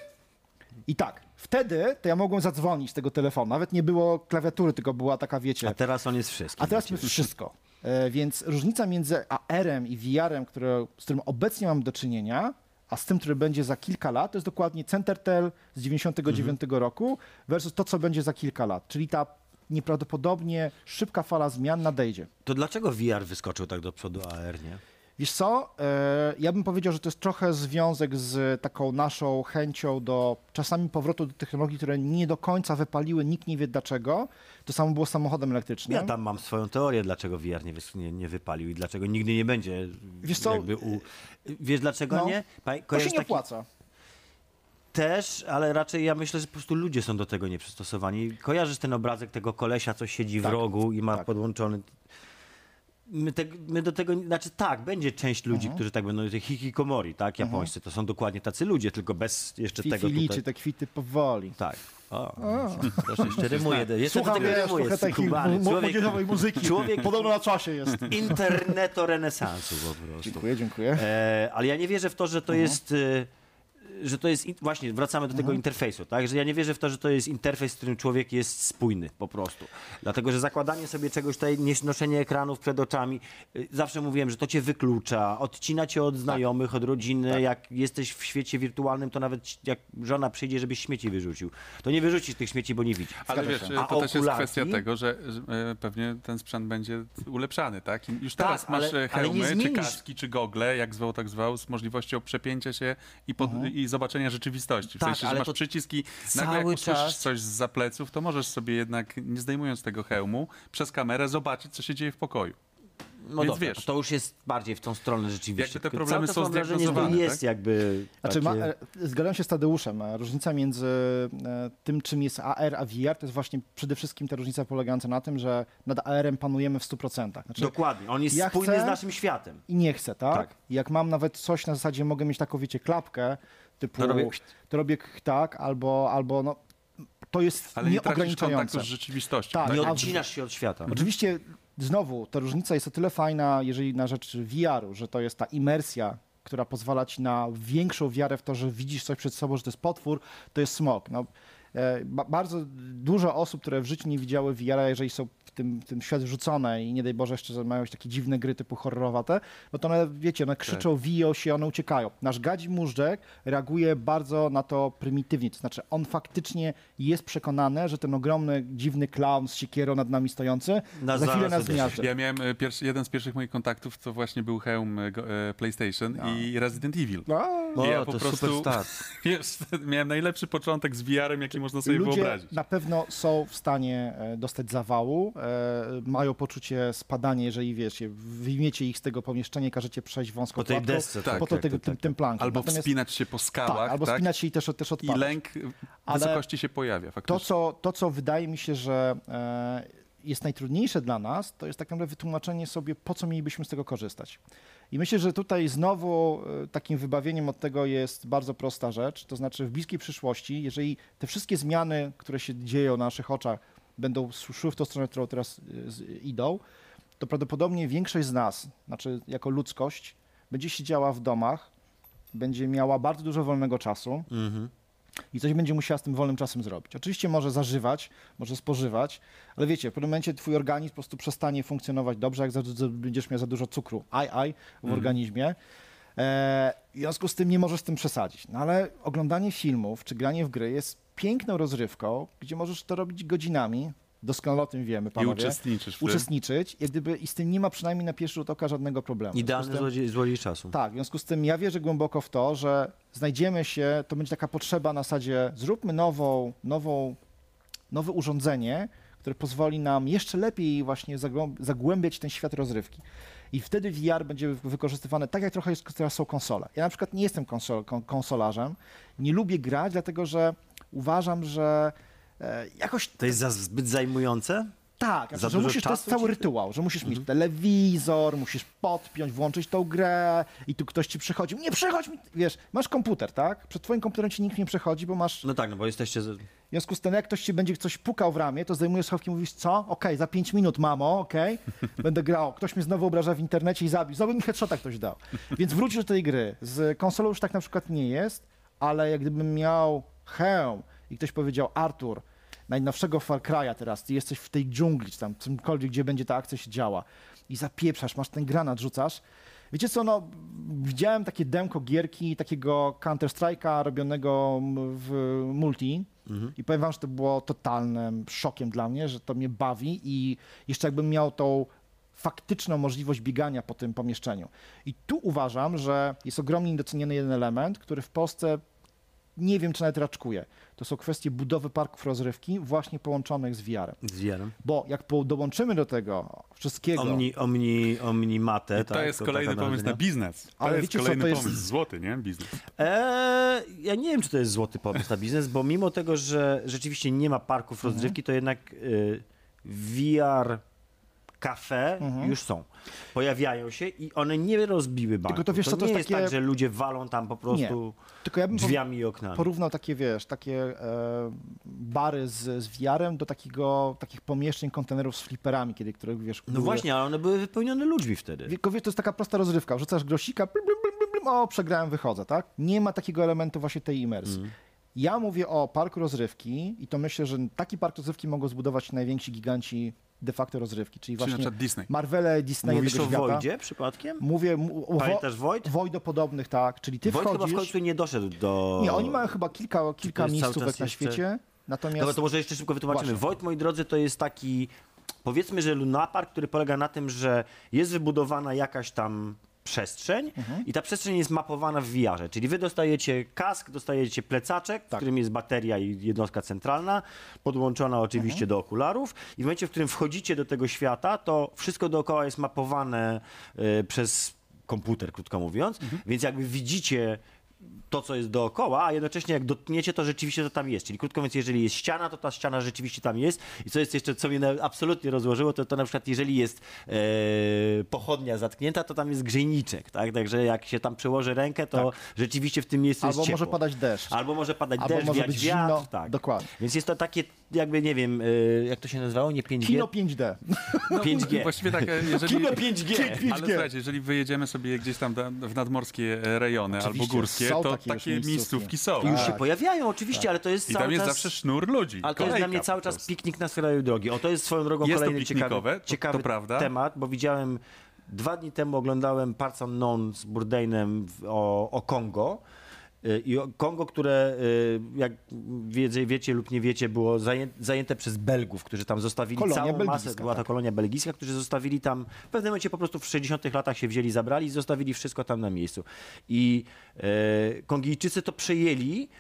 I tak, wtedy to ja mogłem zadzwonić z tego telefonu. Nawet nie było klawiatury, tylko była taka, wiecie... A teraz on jest wszystkim. A teraz jest wszystko. E, więc różnica między A R-em i V R-em, które, z którym obecnie mam do czynienia, a z tym, który będzie za kilka lat, to jest dokładnie Centertel z dziewięćdziesiątego dziewiątego mhm. roku versus to, co będzie za kilka lat. Czyli ta nieprawdopodobnie szybka fala zmian nadejdzie. To dlaczego V R wyskoczył tak do przodu, A R nie? Wiesz co, e, ja bym powiedział, że to jest trochę związek z taką naszą chęcią do czasami powrotu do technologii, które nie do końca wypaliły, nikt nie wie dlaczego. To samo było z samochodem elektrycznym. Ja tam mam swoją teorię, dlaczego V R nie, wys- nie, nie wypalił i dlaczego nigdy nie będzie. Wiesz co? Jakby u... Wiesz dlaczego No, nie? Pa- to się nie taki... opłaca. Też, ale raczej ja myślę, że po prostu ludzie są do tego nieprzystosowani. Kojarzysz ten obrazek tego kolesia, co siedzi Tak, w rogu i ma tak. podłączony... My, te, my do tego, znaczy tak, będzie część ludzi, Mhm. którzy tak będą, te hikikomori, tak, japońscy, to są dokładnie tacy ludzie, tylko bez jeszcze tego Fifi liczy tutaj. te kwity powoli. Tak. O, proszę, jeszcze rymuje. Jeszcze Słucham, do tego wiesz, rymuje. trochę takiej skubany. mu- Człowiek, młodzieżowej muzyki. człowiek Podobno na czasie jest. interneto renesansu po prostu. Dziękuję, dziękuję. E, ale ja nie wierzę w to, że to Mhm. jest... E, że to jest, in- właśnie wracamy do tego Mhm. interfejsu, tak? Że ja nie wierzę w to, że to jest interfejs, z którym człowiek jest spójny po prostu. Dlatego, że zakładanie sobie czegoś tutaj, nie- noszenie ekranów przed oczami, y, zawsze mówiłem, że to cię wyklucza, odcina cię od znajomych, od rodziny, Tak. jak jesteś w świecie wirtualnym, to nawet jak żona przyjdzie, żebyś śmieci wyrzucił, to nie wyrzucisz tych śmieci, bo nie widzi. Ale Zgadza wiesz, się. A to też jest okularki? kwestia tego, że, że e, pewnie ten sprzęt będzie ulepszany, tak? I już Tak, teraz masz ale- e, ale nie hełmy, czy zmienisz- kaski, czy gogle, jak zwał, tak zwał, z możliwością przepięcia się i, pod, i zobaczenia rzeczywistości. W Tak, sensie, że ale masz to przyciski, nagle jak cały usłyszysz czas- coś zza pleców, to możesz sobie jednak, nie zdejmując tego hełmu, przez kamerę zobaczyć, co się dzieje w pokoju. No Więc dobra, wiesz. to już jest bardziej w tą stronę rzeczywiście. Jakby te Tylko problemy cały czas są mam wrażenie, że to zdiagnozowane, jest tak? jakby Znaczy, takie... ma, e, zgadzam się z Tadeuszem. e, Różnica między e, tym, czym jest A R, a V R, to jest właśnie przede wszystkim ta różnica polegająca na tym, że nad A R-em panujemy w stu procentach. Znaczy, Dokładnie, on jest ja spójny chcę- z naszym światem. I nie chcę, tak? Tak. I jak mam nawet coś na zasadzie, mogę mieć taką, wiecie, klapkę, typu, To robię- to robię tak, albo, albo no, to jest Ale nie tracisz kontaktu nieograniczające. z rzeczywistością. Tak, Tak, Nie a- odcinasz się od świata. Oczywiście, znowu, ta różnica jest o tyle fajna, jeżeli na rzecz V R-u, że to jest ta imersja, która pozwala ci na większą wiarę w to, że widzisz coś przed sobą, że to jest potwór, to jest smog. No, e, ba- bardzo dużo osób, które w życiu nie widziały V R-a, jeżeli są w tym, w tym świat wrzucone i nie daj Boże jeszcze mają jakieś takie dziwne gry typu horrorowate, no to one, wiecie, one krzyczą, wiją się, one uciekają. Nasz gadzi móżdżek reaguje bardzo na to prymitywnie, to znaczy on faktycznie jest przekonany, że ten ogromny, dziwny clown z siekierą nad nami stojący Na za chwilę zaraz nas odejdzie. zmiażdży. Ja miałem e, pierwszy, jeden z pierwszych moich kontaktów, to właśnie był hełm e, go- e, PlayStation i Resident Evil. A, O, ja po to prostu- super start. Wiesz, miałem najlepszy początek z V R-em, jaki można sobie Ludzie wyobrazić. na pewno są w stanie e, dostać zawału, e, mają poczucie spadania, jeżeli wiesz, wyjmiecie ich z tego pomieszczenia, każecie przejść wąską Po tej kładką, desce, tak, po to tak, tego, tak, tym, tak. tym plankiem. Albo Natomiast- wspinać się po skałach, tak, albo tak? spinać się i też, też I odpadać. lęk Ale wysokości się pojawia To faktycznie. co, to, co wydaje mi się, że e, jest najtrudniejsze dla nas, to jest tak naprawdę wytłumaczenie sobie, po co mielibyśmy z tego korzystać. I myślę, że tutaj znowu e, takim wybawieniem od tego jest bardzo prosta rzecz, to znaczy w bliskiej przyszłości, jeżeli te wszystkie zmiany, które się dzieją na naszych oczach, będą szły w tą stronę, którą teraz e, z, idą, to prawdopodobnie większość z nas, znaczy jako ludzkość, będzie siedziała w domach, będzie miała bardzo dużo wolnego czasu, Mhm. i coś będzie musiała z tym wolnym czasem zrobić. Oczywiście może zażywać, może spożywać, ale wiecie, w pewnym momencie twój organizm po prostu przestanie funkcjonować dobrze, jak za, za, będziesz miał za dużo cukru, aj, aj w organizmie. E, w związku z tym nie możesz z tym przesadzić. No ale oglądanie filmów czy granie w gry jest piękną rozrywką, gdzie możesz to robić godzinami, doskonale o tym wiemy, I panowie. uczestniczysz w tym. Uczestniczyć, jak gdyby, i z tym nie ma przynajmniej na pierwszy rzut oka żadnego problemu. W związku z Idealny tym- złodziej, złodziej czasu. tak, w związku z tym ja wierzę głęboko w to, że znajdziemy się, to będzie taka potrzeba na zasadzie, zróbmy nową, nową, nowe urządzenie, które pozwoli nam jeszcze lepiej właśnie zagłą- zagłębiać ten świat rozrywki. I wtedy V R będzie wykorzystywany tak, jak trochę jest, teraz są konsole. Ja na przykład nie jestem konsol, kon, konsolarzem, nie lubię grać, dlatego że uważam, że e, jakoś To jest za zbyt zajmujące? tak, Za znaczy, że dużo musisz, to jest czasu cały ci- rytuał, że musisz mieć telewizor, musisz podpiąć, włączyć tą grę i tu ktoś ci przychodzi. Nie przychodź mi, wiesz, masz komputer, tak? Przed twoim komputerem ci nikt nie przechodzi, bo masz... No tak, no bo jesteście... z- W związku z tym, jak ktoś ci będzie coś pukał w ramię, to zdejmujesz schowki i mówisz, co? Okej, za pięć minut, mamo, okej, będę grał. Ktoś mnie znowu obraża w internecie i zabił. Znowu mi headshota ktoś dał. Więc wrócisz do tej gry. Z konsolą już tak na przykład nie jest, ale jak gdybym miał hełm i ktoś powiedział, Artur, najnowszego Far Cry'a teraz, ty jesteś w tej dżungli, czy tam czymkolwiek, gdzie będzie ta akcja się działa i zapieprzasz, masz ten granat, rzucasz, Wiecie co, no, widziałem takie demko gierki, takiego Counter-Strike'a robionego w multi mhm. i powiem wam, że to było totalnym szokiem dla mnie, że to mnie bawi i jeszcze jakbym miał tą faktyczną możliwość biegania po tym pomieszczeniu. I tu uważam, że jest ogromnie niedoceniony jeden element, który w Polsce nie wiem, czy nawet raczkuje. To są kwestie budowy parków rozrywki właśnie połączonych z V R-em. Z V R-em. Bo jak po, dołączymy do tego wszystkiego... Omni, omni, omni matę. To tak, jest to kolejny pomysł na biznes. To Ale jest wiecie co, kolejny to jest- pomysł. Złoty, nie? Biznes. Eee, ja nie wiem, czy to jest złoty pomysł na biznes, bo mimo tego, że rzeczywiście nie ma parków Mhm. rozrywki, to jednak y, V R kafe Mhm. już są. Pojawiają się i one nie rozbiły banku. to wiesz co, to nie jest jest takie- tak, że ludzie walą tam po prostu Tylko ja bym drzwiami i oknami. porównał takie, wiesz, takie e, bary z, z V R-em do takiego, takich pomieszczeń, kontenerów z fliperami, kiedy, które, wiesz... No były- właśnie, ale one były wypełnione ludźmi wtedy. Tylko wiesz, to jest taka prosta rozrywka. Wrzucasz grosika, blim, blim, blim, blim, blim, o, przegrałem, wychodzę, tak? Nie ma takiego elementu właśnie tej imersji. Mm. Ja mówię o parku rozrywki i to myślę, że taki park rozrywki mogą zbudować najwięksi giganci de facto rozrywki, czyli Czyli na właśnie przykład Disney. Marvele, Disney Mówisz tego o świata. Wojdzie przypadkiem? Mówię mu- o Pamiętasz Wojt? Wojdopodobnych, tak, czyli ty Wojt chyba w wchodzisz... końcu nie doszedł do... Nie, oni mają chyba kilka, kilka jest cały miejscówek czas na jeszcze- świecie, natomiast... Dobra, to może jeszcze szybko wytłumaczymy. Właśnie. Wojt, moi drodzy, to jest taki, powiedzmy, że lunapark, który polega na tym, że jest wybudowana jakaś tam przestrzeń Mhm. i ta przestrzeń jest mapowana w V R-ze, czyli wy dostajecie kask, dostajecie plecaczek, w Tak. którym jest bateria i jednostka centralna, podłączona oczywiście Mhm. do okularów i w momencie, w którym wchodzicie do tego świata, to wszystko dookoła jest mapowane y, przez komputer, krótko mówiąc, Mhm. więc jakby widzicie to, co jest dookoła, a jednocześnie jak dotkniecie, to rzeczywiście to tam jest. Czyli krótko mówiąc, jeżeli jest ściana, to ta ściana rzeczywiście tam jest. I co jest jeszcze, co mnie na- absolutnie rozłożyło, to to na przykład, jeżeli jest e, pochodnia zatknięta, to tam jest grzejniczek, tak? Także jak się tam przełoży rękę, to rzeczywiście w tym miejscu Albo jest może ciepło. padać deszcz. Albo może padać Albo deszcz, może wiać być wiatr, zimno. tak. Dokładnie. Więc jest to takie, jakby, nie wiem, e, jak to się nazywało? Nie pięć G? Kino pięć D. pięć G. Właściwie tak, e, jeżeli... Kino pięć G. Ale słuchajcie, jeżeli wyjedziemy sobie gdzieś tam da- w nadmorskie e, rejony Oczywiście, albo górskie, są to takie już takie miejscówki. miejscówki są. I już Tak. się pojawiają oczywiście, ale to jest I cały tam jest czas... zawsze sznur ludzi. Ale to jest kolejka dla mnie po cały czas prostu. piknik na skraju drogi. O, to jest swoją drogą Jest to kolejny ciekawy, piknikowe, to- ciekawy to prawda. temat, bo widziałem, dwa dni temu oglądałem Parts Unknown z Burdainem w- o, o Kongo. Y, I o Kongo, które y, jak wiecie, wiecie lub nie wiecie, było zaję, zajęte przez Belgów, którzy tam zostawili Kolonia całą masę, belgijska, była to tak. kolonia belgijska, którzy zostawili tam, w pewnym momencie po prostu w sześćdziesiątych latach się wzięli, zabrali i zostawili wszystko tam na miejscu. I y, Kongijczycy to przejęli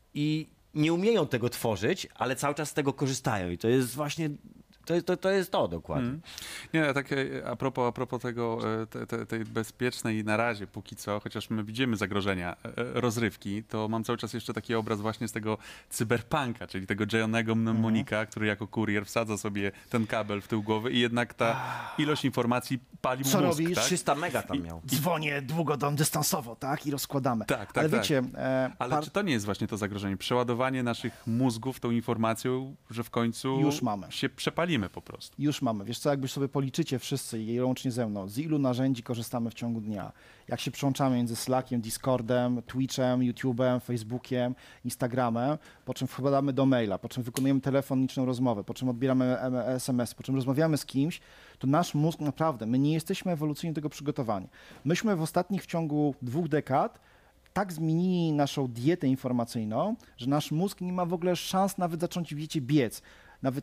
i nie umieją tego tworzyć, ale cały czas z tego korzystają i to jest właśnie, to, jest- to, to jest to dokładnie. Mm. Nie, tak e, a propos, a propos tego, e, te, te, tej bezpiecznej na razie póki co, chociaż my widzimy zagrożenia e, e, rozrywki, to mam cały czas jeszcze taki obraz właśnie z tego cyberpunka, czyli tego Johnego mnemonika, który jako kurier wsadza sobie ten kabel w tył głowy i jednak ta ilość informacji pali mu Co mózg, robisz? tak? trzysta mega tam miał. Dzwonię długodom dystansowo, tak? I rozkładamy. Tak, tak, Ale tak. wiecie, e, Ale par- czy to nie jest właśnie to zagrożenie? Przeładowanie naszych mózgów tą informacją, że w końcu Już mamy. się przepalimy po prostu. już mamy. Wiesz co, jakby sobie policzycie wszyscy i łącznie ze mną, z ilu narzędzi korzystamy w ciągu dnia, jak się przełączamy między Slackiem, Discordem, Twitchem, YouTube'em, Facebookiem, Instagramem, po czym wkładamy do maila, po czym wykonujemy telefoniczną rozmowę, po czym odbieramy S M S, po czym rozmawiamy z kimś, to nasz mózg naprawdę, my nie jesteśmy ewolucyjnie do tego przygotowani. Myśmy w ostatnich, w ciągu dwóch dekad tak zmienili naszą dietę informacyjną, że nasz mózg nie ma w ogóle szans nawet zacząć, wiecie, biec. Nawet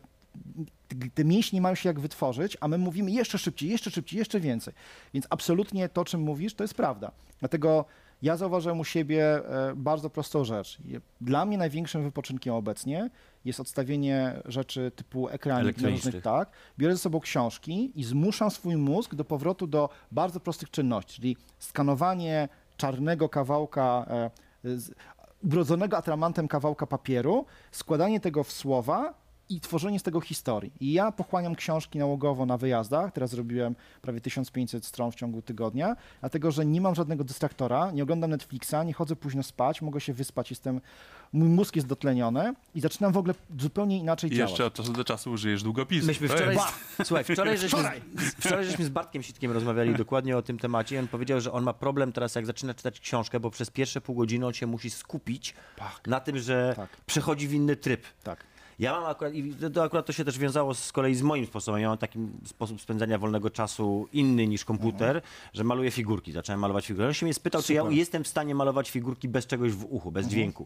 te- te mięśnie nie mają się jak wytworzyć, a my mówimy jeszcze szybciej, jeszcze szybciej, jeszcze więcej. Więc absolutnie to, o czym mówisz, to jest prawda. Dlatego ja zauważyłem u siebie e, bardzo prostą rzecz. Je- Dla mnie największym wypoczynkiem obecnie jest odstawienie rzeczy typu ekranik Elektronicznych. różnych, tak. Biorę ze sobą książki i zmuszam swój mózg do powrotu do bardzo prostych czynności, czyli skanowanie czarnego kawałka, e, z, ubrodzonego atramantem kawałka papieru, składanie tego w słowa i tworzenie z tego historii. I ja pochłaniam książki nałogowo na wyjazdach, teraz zrobiłem prawie tysiąc pięćset stron w ciągu tygodnia, dlatego że nie mam żadnego dystraktora, nie oglądam Netflixa, nie chodzę późno spać, mogę się wyspać, jestem, mój mózg jest dotleniony i zaczynam w ogóle zupełnie inaczej I działać. jeszcze od czasu do czasu użyjesz długopisu. Myśmy To wczoraj, jest- z, słuchaj, wczoraj żeśmy, Wczoraj! z, wczoraj żeśmy z Bartkiem Sitkiem rozmawiali dokładnie o tym temacie i on powiedział, że on ma problem teraz, jak zaczyna czytać książkę, bo przez pierwsze pół godziny on się musi skupić Tak. na tym, że Tak. przechodzi w inny tryb. Tak. Ja mam akurat, i to akurat to się też wiązało z kolei z moim sposobem. Ja mam taki sposób spędzania wolnego czasu inny niż komputer, mhm. że maluję figurki. Zacząłem malować figurki. On się mnie spytał, Super. czy ja jestem w stanie malować figurki bez czegoś w uchu, bez mhm. dźwięku.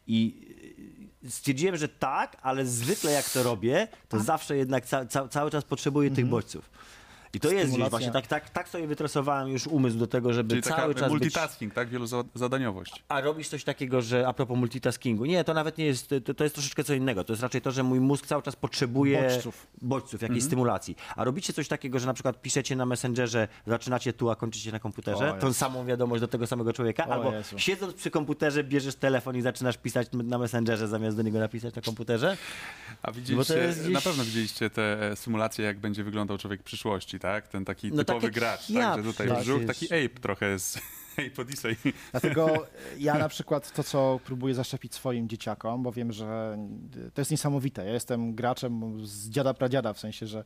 I stwierdziłem, że tak, ale zwykle jak to robię, to A? zawsze jednak ca ca cały czas potrzebuję mhm. tych bodźców. I to jest gdzieś właśnie, tak, tak, tak sobie wytresowałem już umysł do tego, żeby Czyli cały czas multitasking, być... tak? Wielozadaniowość. A robisz coś takiego, że a propos multitaskingu, nie, to nawet nie jest, to, to jest troszeczkę co innego. To jest raczej to, że mój mózg cały czas potrzebuje bodźców, bodźców jakiejś mhm. stymulacji. A robicie coś takiego, że na przykład piszecie na Messengerze, zaczynacie tu, a kończycie na komputerze, o, tą samą wiadomość do tego samego człowieka, o, albo Jezu. siedząc przy komputerze bierzesz telefon i zaczynasz pisać na Messengerze, zamiast do niego napisać na komputerze. A widzieliście, gdzieś... na pewno widzieliście te symulacje, jak będzie wyglądał człowiek w przyszłości, tak? Ten taki no typowy tak gracz, ja, tak? Że tutaj tak brzuch, jest. taki ape trochę jest. Ape Odyssey. Dlatego ja na przykład to, co próbuję zaszczepić swoim dzieciakom, bo wiem, że to jest niesamowite. Ja jestem graczem z dziada pradziada, w sensie, że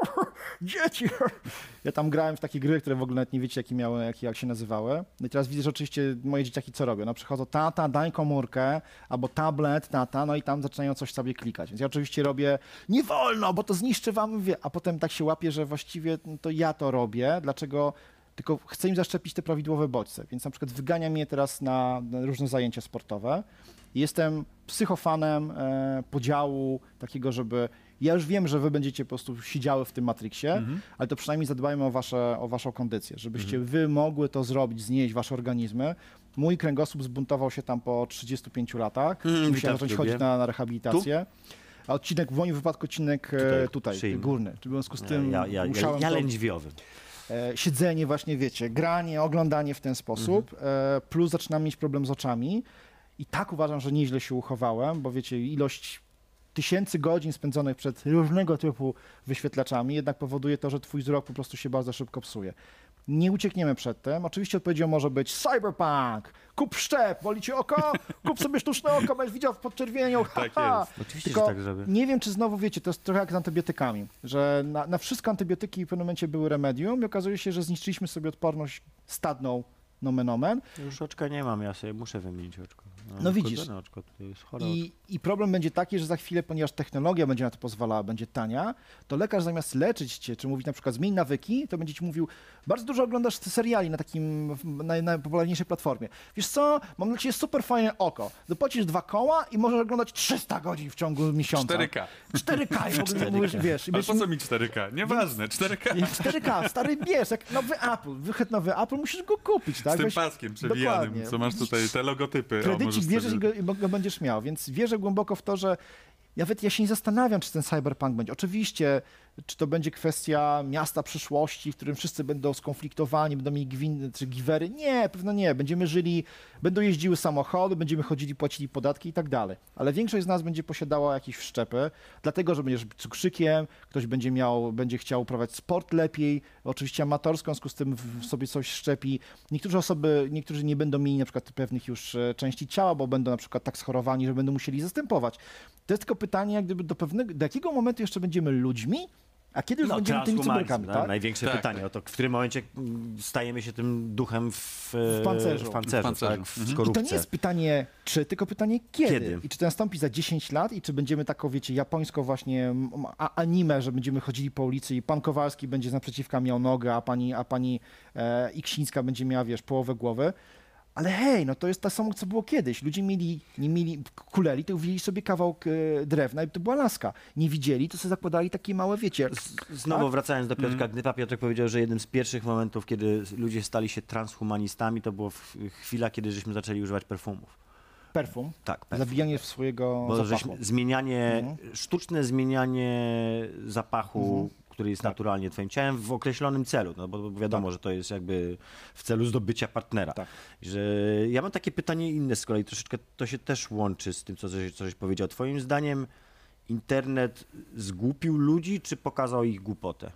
dzieci! Ja tam grałem w takie gry, które w ogóle nawet nie wiecie, jakie miały, jakie, jak się nazywały. No i teraz widzę, że oczywiście moje dzieciaki co robią? No przychodzą, tata, daj komórkę, albo tablet, tata, no i tam zaczynają coś sobie klikać. Więc ja oczywiście robię, nie wolno, bo to zniszczy wam, wie, a potem tak się łapię, że właściwie to ja to robię. Dlaczego? Tylko chcę im zaszczepić te prawidłowe bodźce, więc na przykład wygania mnie teraz na, na różne zajęcia sportowe. Jestem psychofanem e, podziału takiego, żeby... Ja już wiem, że wy będziecie po prostu siedziały w tym Matrixie, mm-hmm. ale to przynajmniej zadbajmy o, wasze, o waszą kondycję, żebyście mm-hmm. wy mogły to zrobić, znieść wasze organizmy. Mój kręgosłup zbuntował się tam po trzydziestu pięciu latach, mm, musiałem zacząć chodzić na, na rehabilitację. Tu? A odcinek, w moim wypadku odcinek tutaj, tutaj górny. W związku z tym ja, ja, musiałem ja, ja to... lędźwiowy. E, siedzenie właśnie, wiecie, granie, oglądanie w ten sposób, mhm. e, plus zaczynam mieć problem z oczami i tak uważam, że nieźle się uchowałem, bo wiecie, ilość tysięcy godzin spędzonych przed różnego typu wyświetlaczami jednak powoduje to, że twój wzrok po prostu się bardzo szybko psuje. Nie uciekniemy przed tym. Oczywiście odpowiedzią może być cyberpunk, kup szczep, boli cię oko, kup sobie sztuczne oko, będziesz widział w podczerwieniu. Tak jest. Oczywiście, Tylko że tak zrobię. nie wiem, czy znowu wiecie, to jest trochę jak z antybiotykami, że na, na wszystko antybiotyki w pewnym momencie były remedium i okazuje się, że zniszczyliśmy sobie odporność stadną, nomen omen. Już oczka nie mam, ja sobie muszę wymienić oczko. No, no widzisz. Oczko, to jest chore I, I problem będzie taki, że za chwilę, ponieważ technologia będzie na to pozwalała, będzie tania, to lekarz zamiast leczyć cię, czy mówić na przykład zmień nawyki, to będzie ci mówił, bardzo dużo oglądasz seriali na takim naj, najpopularniejszej platformie. Wiesz co, mam dla ciebie super fajne oko. Dopłacisz dwa koła i możesz oglądać trzysta godzin w ciągu miesiąca. cztery K. cztery K. I w ogóle mówisz, wiesz. Ale po co mi cztery K? Nieważne, cztery K. cztery K, stary, bierz, jak nowy Apple, wychód nowy Apple, musisz go kupić, tak? Z tym Weź, paskiem przewijanym, dokładnie. co masz tutaj, te logotypy. Kredycik o, bierzesz sobie... i go, go będziesz miał, więc wierzę głęboko w to, że nawet ja się nie zastanawiam, czy ten cyberpunk będzie. Oczywiście, czy to będzie kwestia miasta przyszłości, w którym wszyscy będą skonfliktowani, będą mieli gwiny czy giwery. Nie, pewno nie. Będziemy żyli, będą jeździły samochody, będziemy chodzili, płacili podatki i tak dalej. Ale większość z nas będzie posiadała jakieś wszczepy, dlatego, że będziesz cukrzykiem, ktoś będzie miał, będzie chciał uprawiać sport lepiej, oczywiście amatorsko, w związku z tym w sobie coś szczepi. Niektóre osoby, niektórzy nie będą mieli na przykład pewnych już części ciała, bo będą na przykład tak schorowani, że będą musieli zastępować. To jest tylko pytanie, jak gdyby do pewnego, do jakiego momentu jeszcze będziemy ludźmi, a kiedy już no, będziemy tymi cyberkami, tak? tak? Największe tak, pytanie, tak. o to, w którym momencie stajemy się tym duchem w, w pancerzu, w, pancerzu, w, pancerzu. Tak? w Mhm. skorupce. I to nie jest pytanie czy, tylko pytanie kiedy. Kiedy? I czy to nastąpi za dziesięć lat i czy będziemy taką, wiecie, japońską właśnie anime, że będziemy chodzili po ulicy i pan Kowalski będzie z naprzeciwka miał nogę, a pani, a pani e, Iksińska będzie miała, wiesz, połowę głowy. Ale hej, no to jest to samo, co było kiedyś. Ludzie mieli, nie mieli, kuleli, to wzięli sobie kawałek e, drewna i to była laska. Nie widzieli, to sobie zakładali takie małe, wiecie. Z, znowu tak? wracając do Piotrka mm. Gnypa, Piotrek powiedział, że jednym z pierwszych momentów, kiedy ludzie stali się transhumanistami, to była chwila, kiedy żeśmy zaczęli używać perfumów. Perfum? Tak, perfum. Zabijanie swojego Bo zapachu. Zmienianie, mm. sztuczne zmienianie zapachu, mm. który jest tak. naturalnie twoim ciałem w określonym celu, no bo wiadomo, tak. że to jest jakby w celu zdobycia partnera. Tak. Że ja mam takie pytanie inne z kolei, troszeczkę to się też łączy z tym, co żeś, co żeś powiedział. Twoim zdaniem internet zgłupił ludzi, czy pokazał ich głupotę?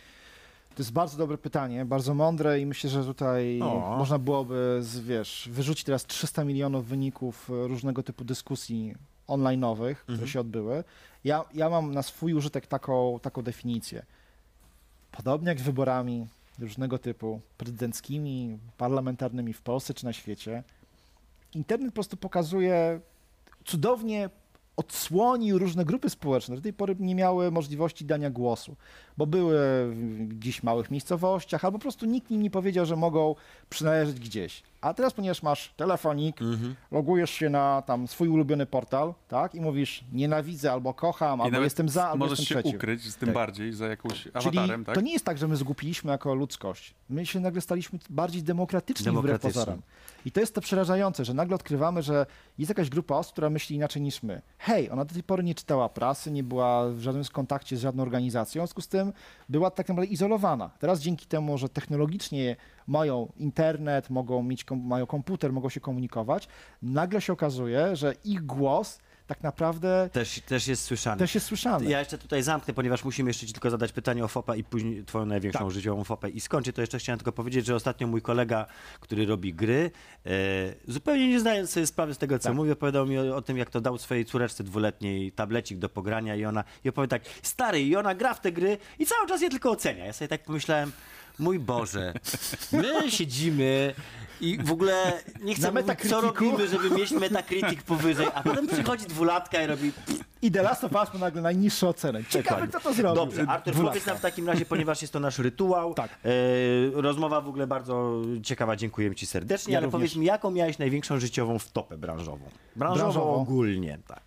To jest bardzo dobre pytanie, bardzo mądre i myślę, że tutaj o. można byłoby, wiesz, wyrzucić teraz trzysta milionów wyników różnego typu dyskusji online'owych, które mhm. się odbyły. Ja, ja mam na swój użytek taką, taką definicję. Podobnie jak z wyborami różnego typu, prezydenckimi, parlamentarnymi w Polsce czy na świecie, internet po prostu pokazuje cudownie odsłonił różne grupy społeczne, do tej pory nie miały możliwości dania głosu, bo były w gdzieś małych miejscowościach, albo po prostu nikt im nie powiedział, że mogą przynależeć gdzieś. A teraz, ponieważ masz telefonik, Mhm. logujesz się na tam swój ulubiony portal, tak, i mówisz nienawidzę, albo kocham, I albo nawet jestem za, albo możesz jestem się przeciw. ukryć z tym Tak. bardziej za jakąś Czyli awatarem, tak? to nie jest tak, że my zgłupiliśmy jako ludzkość. My się nagle staliśmy bardziej demokratyczni wbrew Demokratyczni. pozorom. I to jest to przerażające, że nagle odkrywamy, że jest jakaś grupa osób, która myśli inaczej niż my. Hej, ona do tej pory nie czytała prasy, nie była w żadnym kontakcie z żadną organizacją, w związku z tym była tak naprawdę izolowana. Teraz dzięki temu, że technologicznie mają internet, mogą mieć, kom- mają komputer, mogą się komunikować, nagle się okazuje, że ich głos tak naprawdę Też, też jest słyszany. też jest słyszany. Ja jeszcze tutaj zamknę, ponieważ musimy jeszcze ci tylko zadać pytanie o fopa i później twoją największą Tak. życiową fopę. I skończę to jeszcze chciałem tylko powiedzieć, że ostatnio mój kolega, który robi gry, e, zupełnie nie zdając sobie sprawy z tego, co Tak. mówi, opowiadał mi o, o tym, jak to dał swojej córeczce dwuletniej tablecik do pogrania i ona, i opowie tak, stary, i ona gra w te gry i cały czas je tylko ocenia. Ja sobie tak pomyślałem, mój Boże, my siedzimy i w ogóle nie chcę Na mówić, co Metacriticu. robimy, żeby mieć Metacritic powyżej, a potem przychodzi dwulatka i robi I The Last of Us ma nagle najniższe oceny. Ciekawe, kto to zrobił. Dobrze, Artur, Dwulatka. powiedz nam w takim razie, ponieważ jest to nasz rytuał. Tak. E, rozmowa w ogóle bardzo ciekawa, dziękujemy ci serdecznie, Ja ale również. powiedz mi, jaką miałeś największą życiową wtopę branżową? Branżową, Branżową. ogólnie, tak.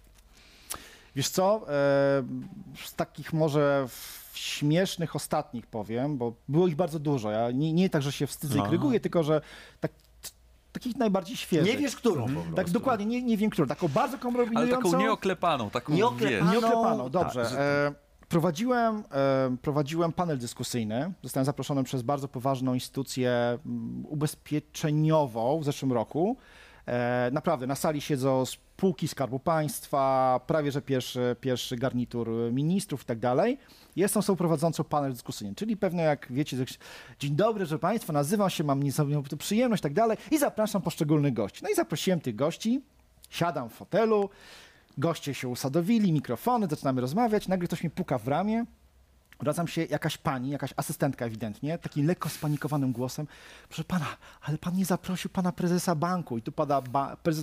Wiesz co, e, z takich może w- śmiesznych ostatnich powiem, bo było ich bardzo dużo. Ja nie, nie tak, że się wstydzę i No. kryguję, tylko że tak, t- takich najbardziej świeżych. Nie wiesz, którą po prostu. Tak, dokładnie, nie, nie wiem, którą. Taką bardzo Ale kompromitującą. taką nieoklepaną, taką Nieoklepaną. wiesz. Nieoklepaną, dobrze. Tak, że- e, prowadziłem, e, prowadziłem panel dyskusyjny. Zostałem zaproszony przez bardzo poważną instytucję mm, ubezpieczeniową w zeszłym roku. E, naprawdę, na sali siedzą spółki Skarbu Państwa, prawie że pierwszy, pierwszy garnitur ministrów i tak dalej. Jestem są prowadzącą panel dyskusyjny, czyli pewnie jak wiecie, że- dzień dobry, że Państwo, nazywam się, mam niesamowitą przyjemność i tak dalej i zapraszam poszczególnych gości. No i zaprosiłem tych gości, siadam w fotelu, goście się usadowili, mikrofony, zaczynamy rozmawiać, nagle ktoś mi puka w ramię, wracam się, jakaś pani, jakaś asystentka ewidentnie, takim lekko spanikowanym głosem, proszę pana, ale pan nie zaprosił pana prezesa banku i tu pada ba- prezes,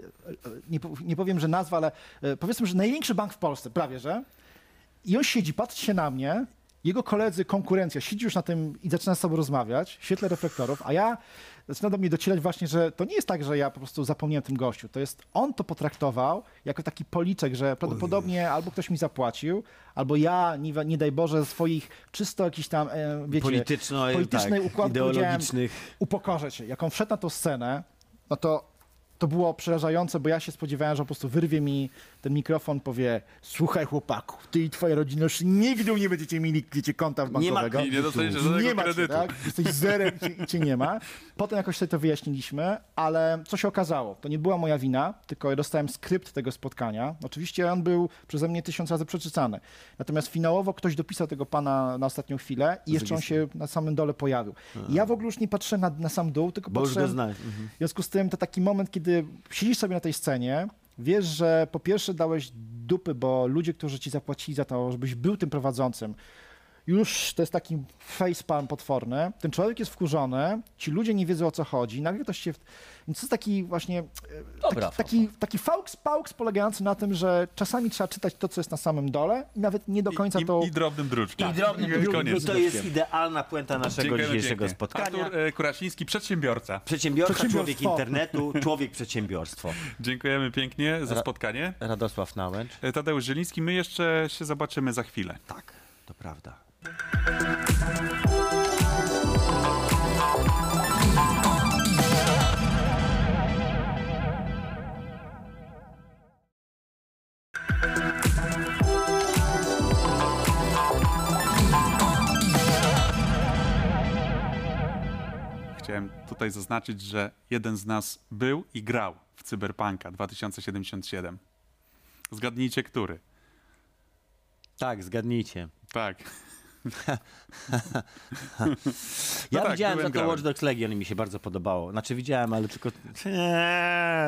nie, po- nie powiem, że nazwa, ale e, powiedzmy, że największy bank w Polsce, prawie że. I on siedzi, patrzy się na mnie, jego koledzy, konkurencja siedzi już na tym i zaczyna z sobą rozmawiać w świetle reflektorów, a ja zaczyna do mnie docierać właśnie, że to nie jest tak, że ja po prostu zapomniałem o tym gościu. To jest, on to potraktował jako taki policzek, że prawdopodobnie albo ktoś mi zapłacił, albo ja, nie, nie daj Boże, swoich czysto jakichś tam, e, wiecie, Polityczno, politycznej tak, układu ideologicznych. upokorzę się. Jak on wszedł na tą scenę, no to to było przerażające, bo ja się spodziewałem, że po prostu wyrwie mi ten mikrofon, powie słuchaj chłopaku, ty i twoja rodzina już nigdy nie będziecie mieli wiecie, konta Nie ma bankowego. I nie dostaniecie żadnego Nie macie, kredytu. tak? Jesteś zerem i cię, i cię nie ma. Potem jakoś sobie to wyjaśniliśmy, ale co się okazało? To nie była moja wina, tylko ja dostałem skrypt tego spotkania. Oczywiście on był przeze mnie tysiąc razy przeczytany. Natomiast finałowo ktoś dopisał tego pana na ostatnią chwilę i jeszcze on się na samym dole pojawił. I ja w ogóle już nie patrzę na, na sam dół, tylko Bo już go patrzę... znałeś. Mhm. W związku z tym to taki moment, kiedy siedzisz sobie na tej scenie, wiesz, że po pierwsze dałeś dupy, bo ludzie, którzy ci zapłacili za to, żebyś był tym prowadzącym, już to jest taki facepalm potworny. Ten człowiek jest wkurzony, ci ludzie nie wiedzą, o co chodzi, nagle ktoś się... Więc to jest taki właśnie... e, Dobra, taki, taki, taki fałks, pałks polegający na tym, że czasami trzeba czytać to, co jest na samym dole i nawet nie do końca I, to... I drobnym druczkiem. I drobnym I druczkiem. koniec. I to jest idealna puenta naszego Dziękujemy dzisiejszego pięknie. spotkania. Artur e, Kurasiński, przedsiębiorca. Przedsiębiorca, człowiek Przedsiębiorstwo. internetu, człowiek przedsiębiorstwo. Dziękujemy pięknie za Ra- spotkanie. Radosław Nałęcz. E, Tadeusz Zieliński, my jeszcze się zobaczymy za chwilę. Tak, to prawda. Chciałem tutaj zaznaczyć, że jeden z nas był i grał w Cyberpunka dwa tysiące siedemdziesiąt siedem. Zgadnijcie, który. Tak, zgadnijcie. Tak. Ja tak, widziałem byłem, za to grałem. Watch Dogs Legion i mi się bardzo podobało. Znaczy widziałem, ale tylko... Eee,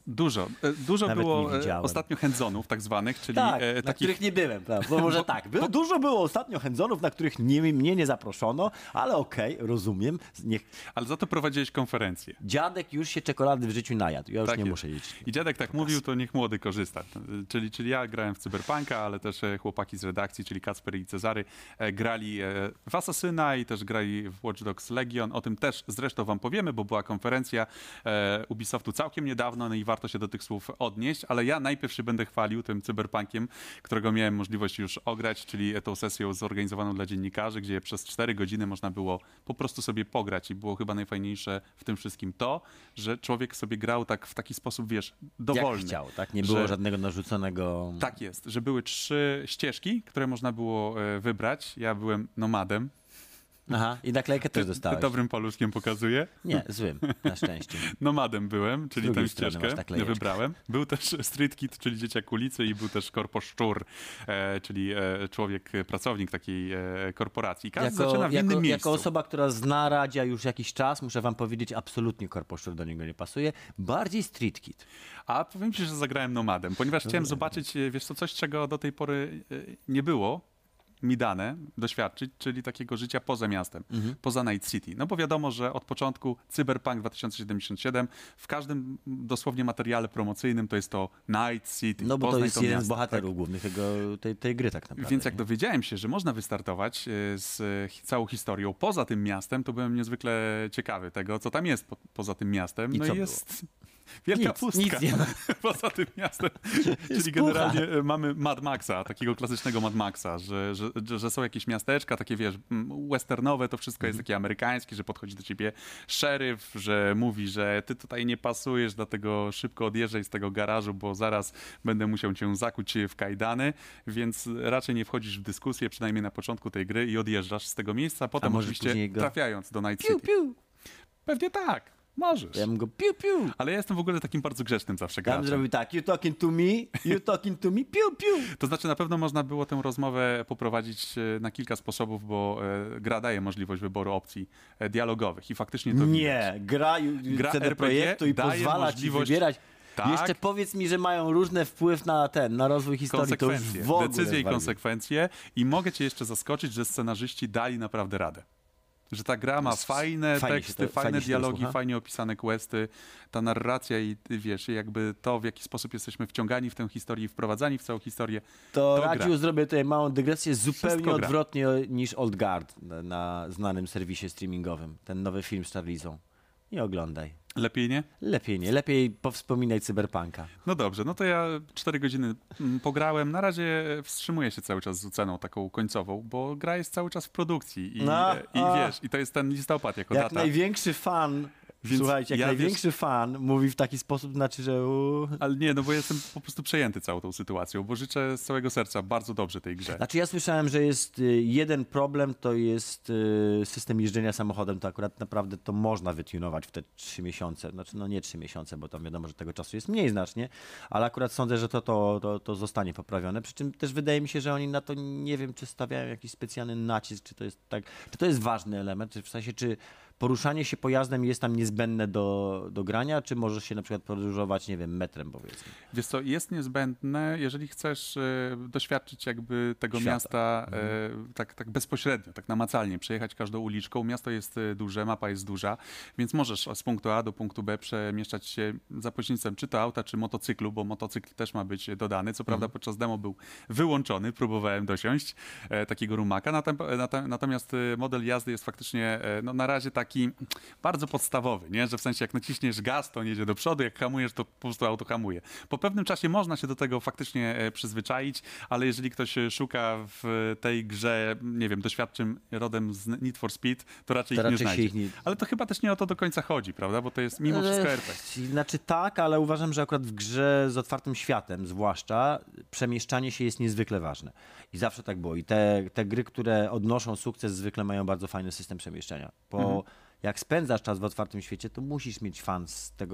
Dużo. E, Dużo Nawet było nie e, widziałem. ostatnio hands-onów tak zwanych, czyli Tak, e, na takich... których nie byłem, prawda? Bo może tak, było, dużo było ostatnio hands-onów, na których nie, mnie nie zaproszono, ale okej, rozumiem. Niech... Ale za to prowadziłeś konferencję. Dziadek już się czekolady w życiu najadł, ja już Tak nie jest. muszę jeść. I dziadek tak mówił, to niech młody korzysta. Czyli, czyli ja grałem w Cyberpunka, ale też e, chłopaki z redakcji, czyli Kacper i Cezary, e, grali e, w Asasyna i też grali w Watch Dogs Legion. O tym też zresztą wam powiemy, bo była konferencja e, Ubisoftu całkiem niedawno, no i warto się do tych słów odnieść, ale ja najpierw się będę chwalił tym Cyberpunkiem, którego miałem możliwość już ograć, czyli tą sesją zorganizowaną dla dziennikarzy, gdzie przez cztery godziny można było po prostu sobie pograć i było chyba najfajniejsze w tym wszystkim to, że człowiek sobie grał tak w taki sposób, wiesz, dowolny. Jak chciał, tak? Nie było że- żadnego narzuconego... Tak jest, że były trzy ścieżki, które można było e, wybrać. Ja byłem nomadem. Aha, i naklejkę też dostałeś. Dobrym paluszkiem pokazuję. Nie, złym, na szczęście. Nomadem byłem, czyli drugiej tę strony ścieżkę masz naklejeczkę. wybrałem. Był też Street Kid, czyli dzieciak ulicy i był też Korpo Szczur, e, czyli e, człowiek, e, pracownik takiej e, korporacji. Każdy Jako, zaczyna w jako, innym miejscu. jako osoba, która zna Radzia już jakiś czas, muszę wam powiedzieć, absolutnie Korposzczur do niego nie pasuje. Bardziej Street Kid. A powiem ci, że zagrałem nomadem, ponieważ chciałem zobaczyć, e, wiesz co, coś, czego do tej pory e, nie było mi dane doświadczyć, czyli takiego życia poza miastem, Mhm. poza Night City. No bo wiadomo, że od początku Cyberpunk dwa tysiące siedemdziesiąt siedem w każdym dosłownie materiale promocyjnym to jest to Night City. No bo to Poznaj jest jeden miasto, z bohaterów głównych tego, tej, tej gry tak naprawdę. Więc jak nie? dowiedziałem się, że można wystartować e, z e, całą historią poza tym miastem, to byłem niezwykle ciekawy tego, co tam jest po, poza tym miastem. I no co i jest wielka Nic, pustka nic nie ma. poza tym miastem. Czyli pucha. generalnie e, mamy Mad Maxa, takiego klasycznego Mad Maxa, że, że, że, że są jakieś miasteczka, takie wiesz, m, westernowe, to wszystko jest takie amerykańskie, że podchodzi do ciebie szeryf, że mówi, że ty tutaj nie pasujesz, dlatego szybko odjeżdżaj z tego garażu, bo zaraz będę musiał cię zakuć w kajdany, więc raczej nie wchodzisz w dyskusję, przynajmniej na początku tej gry i odjeżdżasz z tego miejsca, potem możesz oczywiście później go- trafiając do Night Piu, City. piu. Pewnie tak, możesz. Ja bym go piu, piu. Ale ja jestem w ogóle takim bardzo grzecznym zawsze Ja bym graczem. zrobił tak, you talking to me, you talking to me, piu, piu. To znaczy na pewno można było tę rozmowę poprowadzić e, na kilka sposobów, bo e, gra daje możliwość wyboru opcji e, dialogowych i faktycznie to widać. Nie, gra, Gra C D R P G Projektu i daje pozwala ci możliwość- wybierać. Tak. Jeszcze powiedz mi, że mają różny wpływ na ten, na rozwój historii. To już Konsekwencje, w ogóle decyzje i zwaliło. konsekwencje i mogę cię jeszcze zaskoczyć, że scenarzyści dali naprawdę radę. Że ta gra ma jest- fajne fajnie się teksty, to- fajne fajnie się to dialogi, słucha. fajnie opisane questy, ta narracja i ty wiesz, jakby to, w jaki sposób jesteśmy wciągani w tę historię i wprowadzani w całą historię. To, To gra. Radziu, zrobię tutaj małą dygresję, zupełnie Wszystko gra. odwrotnie niż Old Guard na, na znanym serwisie streamingowym. Ten nowy film z Charlizą. Nie oglądaj. Lepiej nie? Lepiej nie, lepiej powspominaj Cyberpunka. No dobrze, no to ja cztery godziny mm, pograłem. Na razie wstrzymuję się cały czas z oceną taką końcową, bo gra jest cały czas w produkcji i, No, i a. wiesz, i to jest ten listopad jako Jak data. największy fan, Więc słuchajcie, jak ja, największy fan mówi w taki sposób, znaczy, że u... Ale nie, no bo jestem po prostu przejęty całą tą sytuacją, bo życzę z całego serca bardzo dobrze tej grze. Znaczy ja słyszałem, że jest y, jeden problem, to jest y, system jeżdżenia samochodem, to akurat naprawdę to można wytunować w te trzy miesiące, znaczy no nie trzy miesiące, bo tam wiadomo, że tego czasu jest mniej znacznie, ale akurat sądzę, że to, to, to, to zostanie poprawione, przy czym też wydaje mi się, że oni na to nie wiem, czy stawiają jakiś specjalny nacisk, czy to jest tak, czy to jest ważny element, czy w sensie, czy poruszanie się pojazdem jest tam niezbędne do, do grania, czy możesz się na przykład podróżować, nie wiem, metrem powiedzmy. Wiesz co, jest niezbędne, jeżeli chcesz e, doświadczyć jakby tego Świata. miasta e, tak, tak bezpośrednio, tak namacalnie, przejechać każdą uliczką. Miasto jest e, duże, mapa jest duża, więc możesz z punktu A do punktu B przemieszczać się za pośrednictwem czy to auta, czy motocyklu, bo motocykl też ma być dodany. Co prawda podczas demo był wyłączony, próbowałem dosiąść e, takiego rumaka, natem, natem, natomiast e, model jazdy jest faktycznie e, no, na razie taki bardzo podstawowy, nie? Że w sensie jak naciśniesz gaz, to on jedzie do przodu, jak hamujesz, to po prostu auto hamuje. Po pewnym czasie można się do tego faktycznie e, przyzwyczaić, ale jeżeli ktoś e, szuka w tej grze, nie wiem, doświadczeń rodem z Need for Speed, to raczej To ich nie raczej się znajdzie. ich nie- Ale to chyba też nie o to do końca chodzi, prawda? Bo to jest mimo wszystko R P G. Znaczy tak, ale uważam, że akurat w grze z otwartym światem zwłaszcza przemieszczanie się jest niezwykle ważne. I zawsze tak było. I te, te gry, które odnoszą sukces, zwykle mają bardzo fajny system przemieszczania. Bo Mhm. jak spędzasz czas w otwartym świecie, to musisz mieć fan z tego,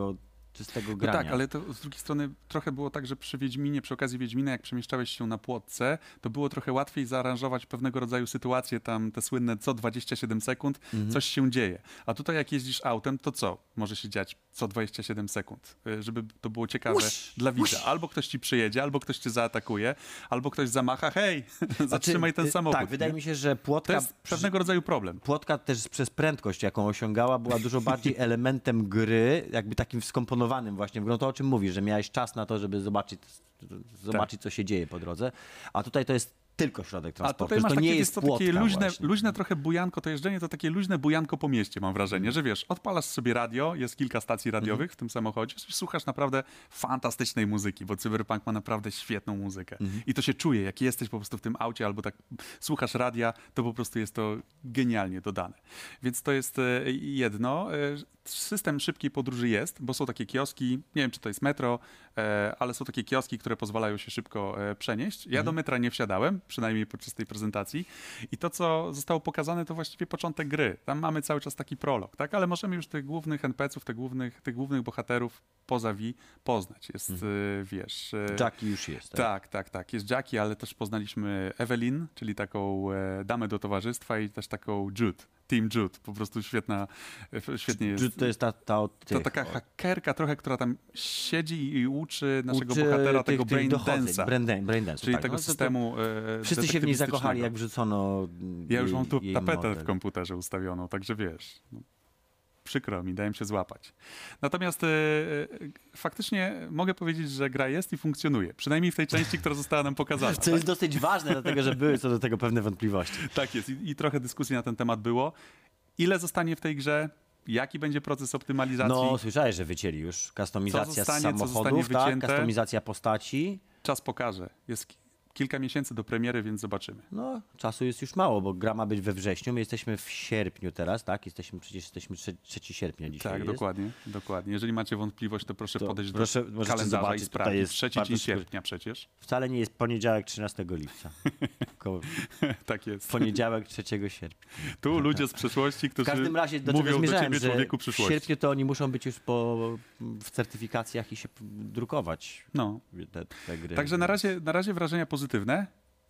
czystego No grania. tak, ale to z drugiej strony trochę było tak, że przy Wiedźminie, przy okazji Wiedźmina, jak przemieszczałeś się na płotce, to było trochę łatwiej zaaranżować pewnego rodzaju sytuacje, tam te słynne co dwadzieścia siedem sekund Mhm. coś się dzieje. A tutaj jak jeździsz autem, to co może się dziać co dwadzieścia siedem sekund? Y, Żeby to było ciekawe Uś, dla widza. uś. Albo ktoś ci przyjedzie, albo ktoś cię zaatakuje, albo ktoś zamacha, hej, zatrzymaj ten y, samochód. Tak, wydaje nie? mi się, że To płotka... jest pewnego rodzaju problem. Płotka też przez prędkość, jaką osiągała, była dużo bardziej elementem gry, jakby takim skomponowanym właśnie w grę. To o czym mówisz, że miałeś czas na to, żeby zobaczyć, zobaczyć co się dzieje po drodze. A tutaj to jest tylko środek A transportu. tutaj że masz to takie, nie wiesz jest co, płotka takie luźne, właśnie. luźne trochę bujanko, to jeżdżenie to takie luźne bujanko po mieście, mam wrażenie, że wiesz, odpalasz sobie radio, jest kilka stacji radiowych Mhm. w tym samochodzie, słuchasz naprawdę fantastycznej muzyki, bo Cyberpunk ma naprawdę świetną muzykę. Mhm. I to się czuje, jak jesteś po prostu w tym aucie albo tak słuchasz radia, to po prostu jest to genialnie dodane. Więc to jest e, jedno. E, System szybkiej podróży jest, bo są takie kioski, nie wiem czy to jest metro, e, ale są takie kioski, które pozwalają się szybko e, przenieść. Ja do metra nie wsiadałem, przynajmniej podczas tej prezentacji. I to, co zostało pokazane, to właściwie początek gry. Tam mamy cały czas taki prolog, tak? Ale możemy już tych głównych en pe ce ów, tych głównych, tych głównych bohaterów poza V poznać. Jest, e, wiesz... e, Jackie już jest. Tak? tak, tak, tak. Jest Jackie, ale też poznaliśmy Evelyn, czyli taką e, damę do towarzystwa i też taką Jude. Team Jude. Po prostu świetna, e, świetnie jest. Jude to jest ta, ta od To tych, taka od- hakerka trochę, która tam siedzi i uczy naszego uczy bohatera tych- tego tych brain dochodzeń, dance'a. brain, dan- brain dance'u, Czyli tak. tego No to- to systemu e, Wszyscy się w niej zakochali, detektywistycznego. jak wrzucono Ja już mam tu jej tapetę model. w komputerze ustawioną, także wiesz, no, przykro mi, dałem się złapać. Natomiast e, e, faktycznie mogę powiedzieć, że gra jest i funkcjonuje. Przynajmniej w tej części, która została nam pokazana. Co jest dosyć ważne, dlatego że były co do tego pewne wątpliwości. Tak jest I, i trochę dyskusji na ten temat było. Ile zostanie w tej grze? Jaki będzie proces optymalizacji? No, słyszałeś, że wycięli już. Kustomizacja zostanie- co samochodów, zostanie tak? wycięte? Kustomizacja postaci. Czas pokaże. Jest ki- kilka miesięcy do premiery, więc zobaczymy. No, czasu jest już mało, bo gra ma być we wrześniu. My jesteśmy w sierpniu teraz, tak? Jesteśmy, przecież jesteśmy trzeciego sierpnia dzisiaj Tak, jest. dokładnie, dokładnie. Jeżeli macie wątpliwość, to proszę To podejść proszę- do możecie kalendarza zobaczyć, i tutaj sprawdzić. jest Trzeci bardzo dzień skóry- sierpnia przecież. Wcale nie jest poniedziałek trzynastego lipca. Tylko Tak jest. poniedziałek trzeciego sierpnia. Tu ludzie z przeszłości, W którzy każdym razie do czego mówią do zmierzałem, ciebie, że człowieku w przyszłości. sierpniu to oni muszą być już po, w certyfikacjach i się drukować No. te, te gry. Także na razie, na razie wrażenia pozytywne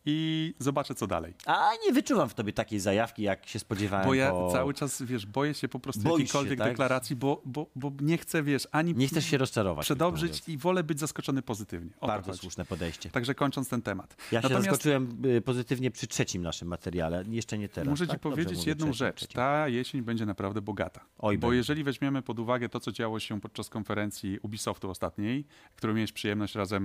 i zobaczę, co dalej. A nie wyczuwam w tobie takiej zajawki, jak się spodziewałem. Bo ja po... cały czas, wiesz, boję się po prostu Boisz się, jakiejkolwiek tak? deklaracji, bo, bo, bo nie chcę, wiesz, ani Nie chcesz się rozczarować. przedobrzyć krótko i wolę być zaskoczony pozytywnie. O to mówiąc. Bardzo chodzi. słuszne podejście. Także kończąc ten temat. Ja się Natomiast zaskoczyłem y, pozytywnie przy trzecim naszym materiale, jeszcze nie teraz. muszę tak? ci Dobrze powiedzieć mówię, jedną trzecim, rzecz. trzecim. Ta jesień będzie naprawdę bogata. Oj, Bo będzie. jeżeli weźmiemy pod uwagę to, co działo się podczas konferencji Ubisoftu ostatniej, którą miałeś przyjemność razem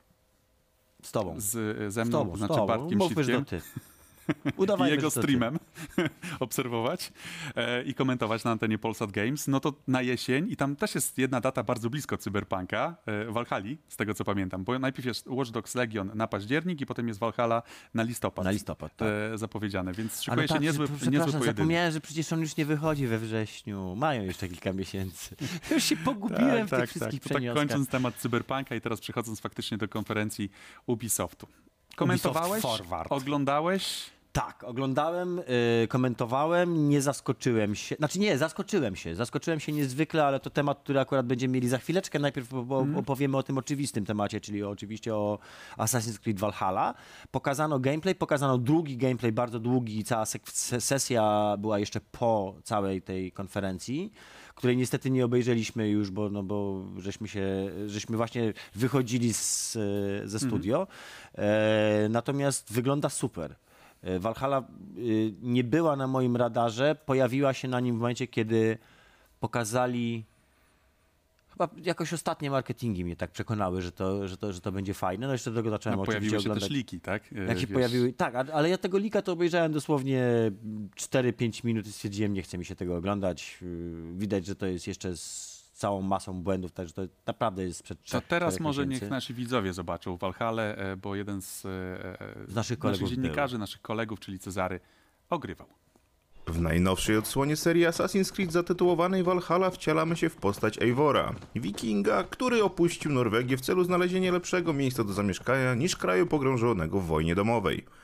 Z tobą. z, ze Z mną, tobą, znaczy z tobą. Bartkiem Mówmy, że Sitkiem, to ty. i Udawajmy, jego że to ty. streamem obserwować e, i komentować na antenie Polsat Games, no to na jesień i tam też jest jedna data bardzo blisko Cyberpunka, e, Valhalli, z tego co pamiętam, bo najpierw jest Watch Dogs Legion na październik i potem jest Valhalla na listopad. Na listopad, tak. e, zapowiedziane, więc A szykuje no się tak, niezły, przepraszam, niezły pojedynek. zapomniałem, że przecież on już nie wychodzi we wrześniu. Mają jeszcze kilka miesięcy. Już się pogubiłem w tych wszystkich To tak przenioskach. kończąc temat Cyberpunka i teraz przechodząc faktycznie do konferencji Ubisoftu. Komentowałeś? Forward. Oglądałeś? Tak, oglądałem, y, komentowałem, nie zaskoczyłem się. Znaczy nie, zaskoczyłem się. Zaskoczyłem się niezwykle, ale to temat, który akurat będziemy mieli za chwileczkę. Najpierw o- Mhm. opowiemy o tym oczywistym temacie, czyli oczywiście o Assassin's Creed Valhalla. Pokazano gameplay, pokazano drugi gameplay, bardzo długi. Cała sek- se- sesja była jeszcze po całej tej konferencji, której niestety nie obejrzeliśmy już, bo, no bo żeśmy się, żeśmy właśnie wychodzili z, ze studio. E, natomiast wygląda super. E, Valhalla y, nie była na moim radarze, pojawiła się na nim w momencie, kiedy pokazali. Chyba jakoś ostatnie marketingi mnie tak przekonały, że to, że to, że to będzie fajne. No jeszcze do tego zacząłem No, oczywiście pojawiły się oglądać. też liki, tak? E, Jak się wiesz, pojawiły. Tak, a- ale ja tego lika to obejrzałem dosłownie cztery pięć minut i stwierdziłem, nie chce mi się tego oglądać. Yy, Widać, że to jest jeszcze z całą masą błędów, także to naprawdę jest sprzed To trzech, teraz czterech może miesięcy. niech nasi widzowie zobaczą Valhallę, e, bo jeden z, e, Z naszych kolegów dziennikarzy, naszych kolegów, czyli Cezary, ogrywał. W najnowszej odsłonie serii Assassin's Creed zatytułowanej Valhalla wcielamy się w postać Eivora, wikinga, który opuścił Norwegię w celu znalezienia lepszego miejsca do zamieszkania niż kraju pogrążonego w wojnie domowej.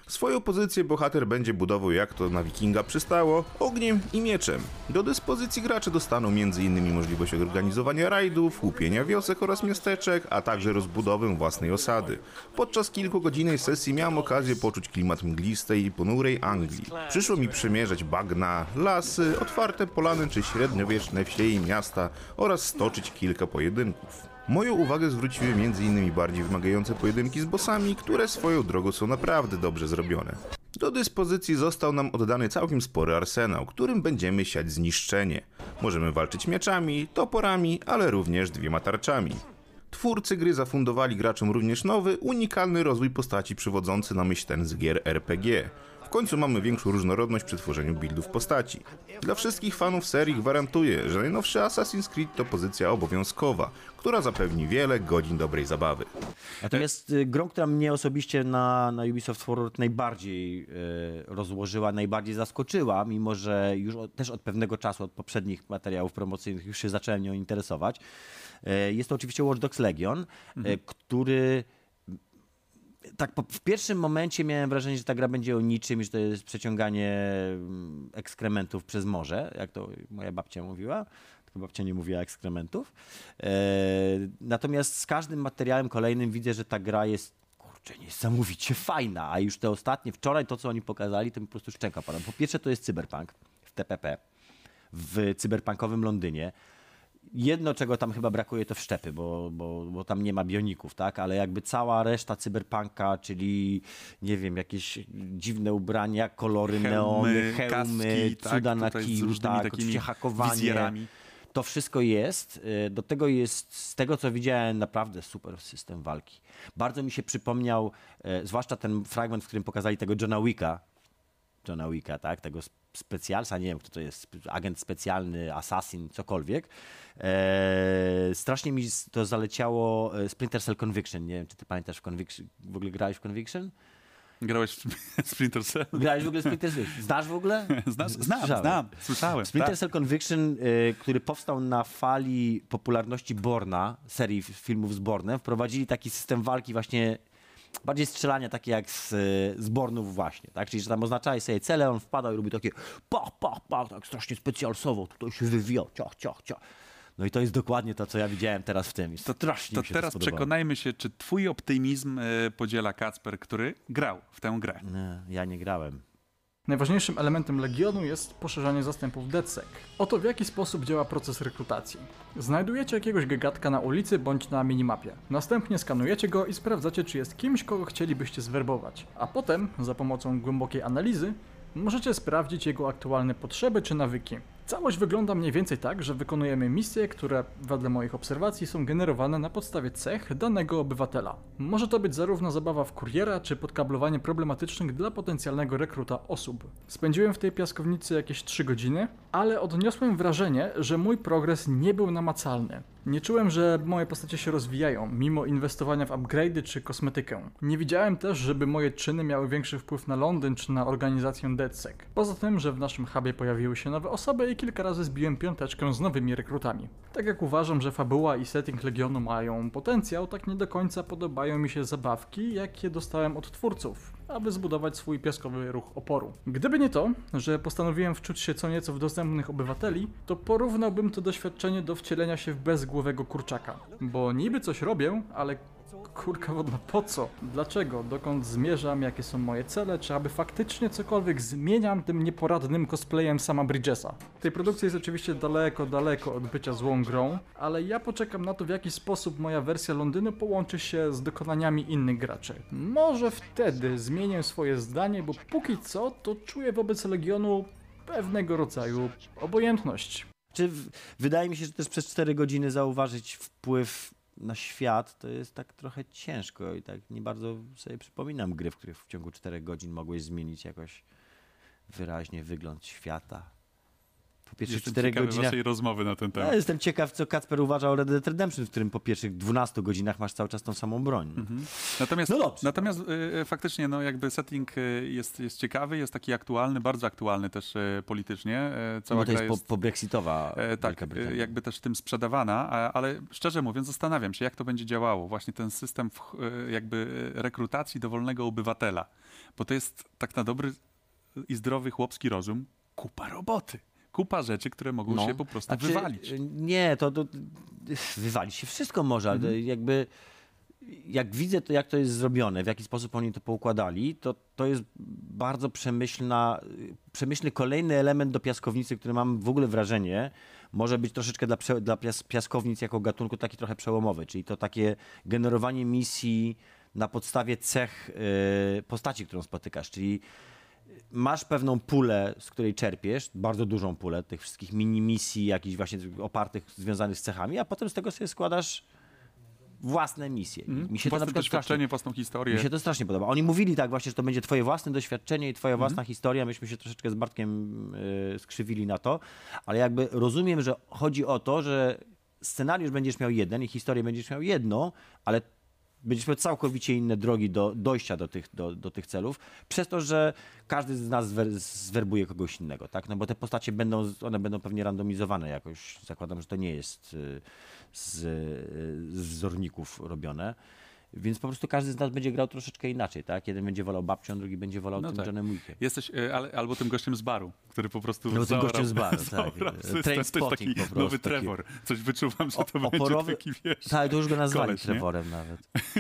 Swoją pozycję bohater będzie budował jak to na wikinga przystało, ogniem i mieczem. Do dyspozycji gracze dostaną między innymi możliwość organizowania rajdów, łupienia wiosek oraz miasteczek, a także rozbudowę własnej osady. Podczas kilkugodzinnej sesji miałem okazję poczuć klimat mglistej i ponurej Anglii. Przyszło mi przemierzać bagna, lasy, otwarte polany czy średniowieczne wsie i miasta oraz stoczyć kilka pojedynków. Moją uwagę zwróciły między innymi bardziej wymagające pojedynki z bossami, które swoją drogą są naprawdę dobrze zrobione. Do dyspozycji został nam oddany całkiem spory arsenał, którym będziemy siać zniszczenie. Możemy walczyć mieczami, toporami, ale również dwiema tarczami. Twórcy gry zafundowali graczom również nowy, unikalny rozwój postaci przywodzący na myśl ten z gier R P G. W końcu mamy większą różnorodność przy tworzeniu buildów postaci. Dla wszystkich fanów serii gwarantuję, że najnowszy Assassin's Creed to pozycja obowiązkowa, która zapewni wiele godzin dobrej zabawy. Natomiast y, grą, która mnie osobiście na, na Ubisoft Forward najbardziej y, rozłożyła, najbardziej zaskoczyła, mimo że już od, też od pewnego czasu, od poprzednich materiałów promocyjnych już się zacząłem nią interesować, y, jest to oczywiście Watch Dogs Legion, mhm. y, który... Tak, po, w pierwszym momencie miałem wrażenie, że ta gra będzie o niczym i że to jest przeciąganie ekskrementów przez morze, jak to moja babcia mówiła. Tylko babcia nie mówiła ekskrementów. E, natomiast z każdym materiałem kolejnym widzę, że ta gra jest kurczę, niesamowicie fajna, a już te ostatnie, wczoraj to, co oni pokazali, to mi po prostu szczęka pada. Po pierwsze to jest cyberpunk w T P P, w cyberpunkowym Londynie. Jedno, czego tam chyba brakuje, to wszczepy, bo, bo, bo tam nie ma bioników, tak? Ale jakby cała reszta cyberpunka, czyli nie wiem, jakieś dziwne ubrania, kolory, Hełmy, neony, hełmy, kaski, cuda tak, na tutaj z kiju, różnymi tak, takimi oczywiście hakowanie. wizjerami. To wszystko jest. Do tego jest, z tego co widziałem, naprawdę super system walki. Bardzo mi się przypomniał, e, zwłaszcza ten fragment, w którym pokazali tego Johna Wicka, Johna Wicka, tak? Tego specjalsa, nie wiem kto to jest, agent specjalny, assassin, cokolwiek. Eee, strasznie mi to zaleciało Splinter Cell Conviction. Nie wiem, czy ty pamiętasz w Conviction? W ogóle grałeś w Conviction? Grałeś w Splinter Cell? Grałeś w ogóle w Splinter Cell? Znasz w ogóle? Znasz? Znam, Słyszałem. znam, słyszałem. Splinter tak. Cell Conviction, y, który powstał na fali popularności Borna, serii filmów z Bornem, wprowadzili taki system walki właśnie bardziej strzelania takie jak z, z Bornów właśnie, tak? Czyli że tam oznaczałeś sobie cele, on wpadał i robił takie pa, pa, pa, tak strasznie specjalsowo, tutaj się wywijał, ciach, ciach, ciach. No i to jest dokładnie to, co ja widziałem teraz w tym. I To, strasznie to mi się teraz to przekonajmy się, czy twój optymizm y, podziela Kacper, który grał w tę grę. Nie, ja nie grałem. Najważniejszym elementem Legionu jest poszerzanie zastępów DedSec. Oto w jaki sposób działa proces rekrutacji. Znajdujecie jakiegoś gagatka na ulicy bądź na minimapie. Następnie skanujecie go i sprawdzacie, czy jest kimś, kogo chcielibyście zwerbować. A potem, za pomocą głębokiej analizy, możecie sprawdzić jego aktualne potrzeby czy nawyki. Całość wygląda mniej więcej tak, że wykonujemy misje, które wedle moich obserwacji są generowane na podstawie cech danego obywatela. Może to być zarówno zabawa w kuriera, czy podkablowanie problematycznych dla potencjalnego rekruta osób. Spędziłem w tej piaskownicy jakieś trzy godziny, ale odniosłem wrażenie, że mój progres nie był namacalny. Nie czułem, że moje postacie się rozwijają, mimo inwestowania w upgrade'y czy kosmetykę. Nie widziałem też, żeby moje czyny miały większy wpływ na Londyn czy na organizację DedSec. Poza tym, że w naszym hubie pojawiły się nowe osoby i kilka razy zbiłem piąteczkę z nowymi rekrutami. Tak jak uważam, że fabuła i setting Legionu mają potencjał, tak nie do końca podobają mi się zabawki, jakie dostałem od twórców, aby zbudować swój piaskowy ruch oporu. Gdyby nie to, że postanowiłem wczuć się co nieco w dostępnych obywateli, to porównałbym to doświadczenie do wcielenia się w bezgłowego kurczaka. Bo niby coś robię, ale kurka wodna, po co? Dlaczego? Dokąd zmierzam? Jakie są moje cele? Czy aby faktycznie cokolwiek zmieniam tym nieporadnym cosplayem sama Bridgesa? Tej produkcji jest oczywiście daleko, daleko od bycia złą grą, ale ja poczekam na to, w jaki sposób moja wersja Londynu połączy się z dokonaniami innych graczy. Może wtedy zmienię swoje zdanie, bo póki co to czuję wobec Legionu pewnego rodzaju obojętność. Czy w, wydaje mi się, że też przez cztery godziny zauważyć wpływ na świat, to jest tak trochę ciężko i tak nie bardzo sobie przypominam gry, w których w ciągu czterech godzin mogłeś zmienić jakoś wyraźnie wygląd świata. Po pierwszych Jestem czterech ciekawy godzinach... waszej rozmowy na ten temat. Ja jestem ciekaw, co Kacper uważa o Red Dead Redemption, w którym po pierwszych dwunastu godzinach masz cały czas tą samą broń. Mhm. Natomiast, No dobrze. natomiast y, faktycznie no, jakby setting y, jest, jest ciekawy, jest taki aktualny, bardzo aktualny też y, politycznie. Y, cała Bo to gra jest, po, po brexitowa E, tak, Wielka Brytania. e, jakby też tym sprzedawana, a, ale szczerze mówiąc zastanawiam się, jak to będzie działało, właśnie ten system w, e, jakby e, rekrutacji dowolnego obywatela, bo to jest tak na dobry i zdrowy chłopski rozum kupa roboty, kupa rzeczy, które mogą No. się po prostu Znaczy, wywalić. Nie, to, to wywalić się wszystko może, ale Mhm. jakby jak widzę to, jak to jest zrobione, w jaki sposób oni to poukładali, to to jest bardzo przemyślna, przemyślny kolejny element do piaskownicy, który mam w ogóle wrażenie, może być troszeczkę dla, prze, dla pias, piaskownic jako gatunku taki trochę przełomowy, czyli to takie generowanie misji na podstawie cech y, postaci, którą spotykasz, czyli masz pewną pulę, z której czerpiesz, bardzo dużą pulę tych wszystkich mini misji, jakichś właśnie opartych, związanych z cechami, a potem z tego sobie składasz własne misje. I Mhm. Mi się to na Własne przykład strasznie, doświadczenie, własną historię. mi się to strasznie podoba. Oni mówili tak właśnie, że to będzie twoje własne doświadczenie i twoja Mhm. własna historia. Myśmy się troszeczkę z Bartkiem y, skrzywili na to, ale jakby rozumiem, że chodzi o to, że scenariusz będziesz miał jeden i historię będziesz miał jedną, ale będziesz miał całkowicie inne drogi do dojścia do tych, do, do tych celów, przez to, że każdy z nas zwer, zwerbuje kogoś innego, tak? No bo te postacie będą, one będą pewnie randomizowane jakoś. Zakładam, że to nie jest y, z, z wzorników robione. Więc po prostu każdy z nas będzie grał troszeczkę inaczej, tak? Jeden będzie wolał babcią, drugi będzie wolał No tym tak. Johnem Wickiem. Jesteś, e, ale, albo tym gościem z baru, który po prostu Albo tym zaorał- gościem z baru, tak. zaorał system. To jest Trainspotting taki po prostu, nowy taki- Trevor. Coś wyczuwam, że O- to będzie oporowy- taki, wiesz... Tak, to już go nazwali koleś, nie? Trevorem nawet.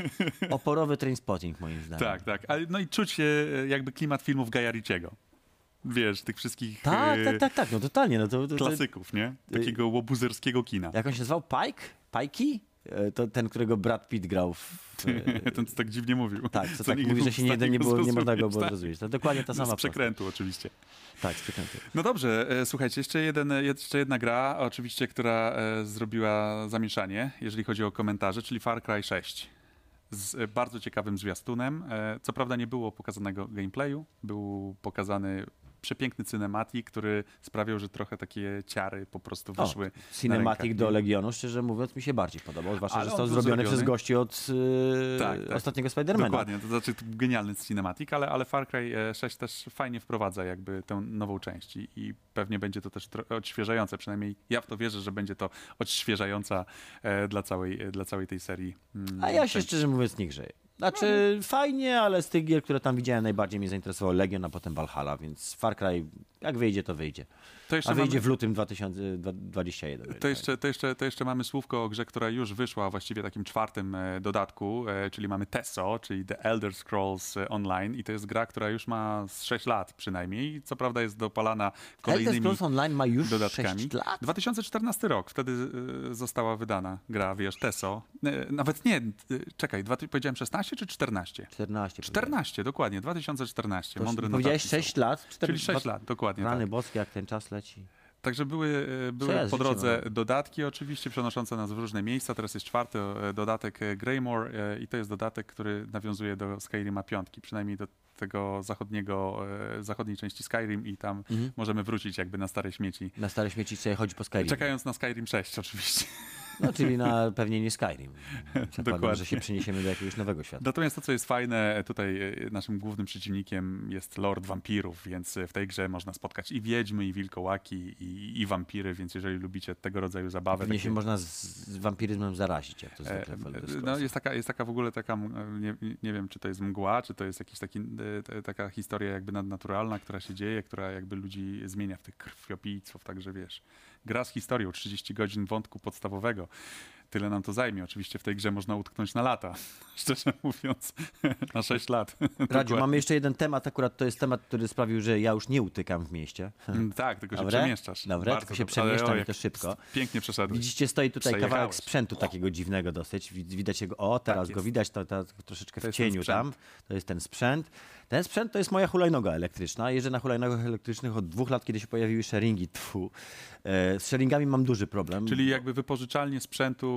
Oporowy trainspotting moim zdaniem. Tak, tak. Ale, no i czuć e, jakby klimat filmów Gaja Ritchiego. Wiesz, tych wszystkich Tak, e, tak, tak, tak, no totalnie. No to, to, to, klasyków, nie? Takiego łobuzerskiego kina. jak on się nazywał? Pike? Pikey? E, To ten, którego Brad Pitt grał w... e, Ten, co tak dziwnie mówił. Tak, co Co tak nikt mówi, mógł że się nie, w stanie nie, było, nie można go zrozumieć, było tak. zrozumieć. To dokładnie ta sama Z postać. przekrętu oczywiście. Tak, z przekrętu. No dobrze, e, słuchajcie, jeszcze, jeden, jeszcze jedna gra, oczywiście, która e, zrobiła zamieszanie, jeżeli chodzi o komentarze, czyli Far Cry sześć. Z e, bardzo ciekawym zwiastunem. E, co prawda nie było pokazanego gameplayu, był pokazany przepiękny cinematic, który sprawiał, że trochę takie ciary po prostu O, wyszły. Cinematic rękach, do nie? Legionu, szczerze mówiąc, mi się bardziej podobał, zwłaszcza, Ale że on został był zrobiony zrobiony. przez gości od e, Tak, tak. ostatniego Spidermana. Dokładnie, to znaczy to był genialny cinematic, ale, ale Far Cry e, sześć też fajnie wprowadza jakby tę nową część i, i pewnie będzie to też tro- odświeżające, przynajmniej ja w to wierzę, że będzie to odświeżająca e, dla, całej, e, dla całej tej serii. Mm, A ja się części. szczerze mówiąc nie grzeję. Znaczy No, fajnie, ale z tych gier, które tam widziałem, najbardziej mnie zainteresował Legion, a potem Valhalla, więc Far Cry jak wyjdzie, to wyjdzie. To jeszcze A wyjdzie mamy- w lutym dwa tysiące dwudziestym pierwszym. To jeszcze, to, jeszcze, to jeszcze mamy słówko o grze, która już wyszła właściwie takim czwartym e, dodatku, e, czyli mamy TESO, czyli The Elder Scrolls e, Online i to jest gra, która już ma z sześć lat przynajmniej. Co prawda jest dopalana Elder kolejnymi Scrolls Online ma już dodatkami. sześć lat? dwa tysiące czternasty rok, wtedy e, została wydana gra, wiesz, TESO. E, nawet nie, e, czekaj, dwa, powiedziałem szesnaście czy czternaście? czternaście. czternaście, dokładnie, dwa tysiące czternaście. Mądry Powiedziałeś notatnik sześć są. lat? Cztery- Czyli sześć dwa- lat, dokładnie Rany tak. boskie, jak ten czas leci. Także były, e, były ja z po życiem drodze mam? dodatki oczywiście przenoszące nas w różne miejsca. Teraz jest czwarty e, dodatek e, Greymore e, i to jest dodatek, który nawiązuje do Skyrima piątki, przynajmniej do tego zachodniego, e, zachodniej części Skyrim i tam Mhm. możemy wrócić jakby na stare śmieci. Na stare śmieci sobie chodzi po Skyrim. Czekając na Skyrim sześć oczywiście. No, czyli na pewnie nie Skyrim. Zakładam, Dokładnie. że się przeniesiemy do jakiegoś nowego świata. Natomiast to, co jest fajne, tutaj e, naszym głównym przeciwnikiem jest Lord Wampirów, więc w tej grze można spotkać i wiedźmy, i wilkołaki, i, i wampiry, więc jeżeli lubicie tego rodzaju zabawę... Pewnie się takie- można z, z wampiryzmem zarazić, jak to zwykle E, w Elder e, Scrolls. No, jest, taka, jest taka w ogóle taka, m, nie, nie wiem, czy to jest mgła, czy to jest jakaś taki, e, te- taka historia jakby nadnaturalna, która się dzieje, która jakby ludzi zmienia w tych krwiopijców, także wiesz, gra z historią, trzydzieści godzin wątku podstawowego. Tyle nam to zajmie. Oczywiście w tej grze można utknąć na lata, szczerze mówiąc, na sześć lat. Radziu, Dokładnie. mamy jeszcze jeden temat, akurat to jest temat, który sprawił, że ja już nie utykam w mieście. Mm, Tak, tylko się Dobre? przemieszczasz. Dobre, Bardzo tylko się dobrze. Ale przemieszczam o, i jak to szybko. Pięknie przeszedłeś. Widzicie, stoi tutaj kawałek Przejechałeś. sprzętu takiego dziwnego dosyć. Wid- Widać jego, o teraz Tak go jest. widać, to, to troszeczkę To w jest ten cieniu sprzęt. tam. To jest ten sprzęt. Ten sprzęt to jest moja hulajnoga elektryczna. Jeżdżę na hulajnogach elektrycznych od dwóch lat, kiedy się pojawiły sharingi. Tfu. E, Z sharingami mam duży problem. Czyli jakby wypożyczalnie sprzętu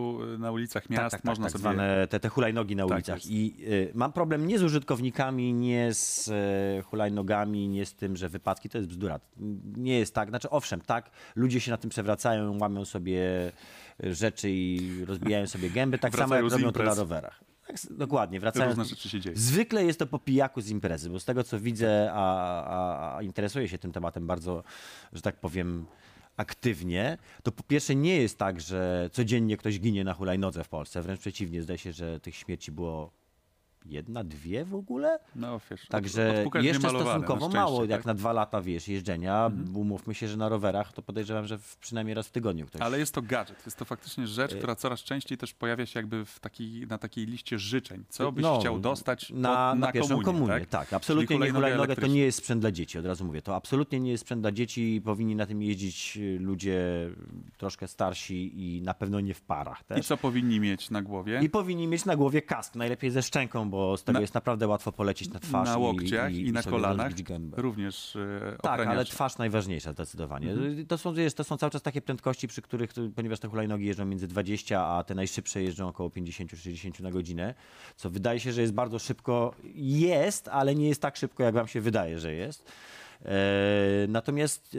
prostu na ulicach miast Tak, tak, tak, można tak sobie... zwane te, te hulajnogi na Tak ulicach. jest. I y, mam problem nie z użytkownikami, nie z y, hulajnogami, nie z tym, że wypadki to jest bzdura. Nie jest tak. Znaczy owszem, tak, ludzie się na tym przewracają, łamią sobie rzeczy i rozbijają sobie gęby, tak samo Wracają jak z robią to imprez. na rowerach. Tak, s- dokładnie, wracają. Różne rzeczy się dzieją. Zwykle jest to po pijaku z imprezy, bo z tego co widzę, a, a, a interesuję się tym tematem bardzo, że tak powiem, aktywnie, to po pierwsze nie jest tak, że codziennie ktoś ginie na hulajnodze w Polsce. Wręcz przeciwnie, zdaje się, że tych śmierci było jedna, dwie w ogóle. No wiesz, od- Także odpukać jeszcze niemalowane, na stosunkowo szczęście, mało, tak? jak na dwa lata, wiesz, jeżdżenia. Mhm. Umówmy się, że na rowerach to podejrzewam, że w, przynajmniej raz w tygodniu ktoś... Ale jest to gadżet, jest to faktycznie rzecz, Y- która coraz częściej też pojawia się jakby w takiej, na takiej liście życzeń. Co byś No, chciał dostać na, pod, na, na pierwszą komunię, komunię. tak? Tak, absolutnie Czyli nie hulajnoga hulajnoga to elektryczna. nie jest sprzęt dla dzieci, od razu mówię. To absolutnie nie jest sprzęt dla dzieci i powinni na tym jeździć y, ludzie troszkę starsi i na pewno nie w parach I też. co powinni mieć na głowie? I powinni mieć na głowie kask, najlepiej ze szczęką, bo z tego Na- jest naprawdę łatwo polecieć na twarz na i, łokciach i, i, na sobie kolanach rozbić gębę. również e, Tak, ale ochraniacze. twarz najważniejsza zdecydowanie. Mhm. To, są, wiesz, to są cały czas takie prędkości, przy których, ponieważ te hulajnogi jeżdżą między dwadzieścia, a te najszybsze jeżdżą około pięćdziesiąt sześćdziesiąt na godzinę, co wydaje się, że jest bardzo szybko. Jest, ale nie jest tak szybko, jak wam się wydaje, że jest. E, natomiast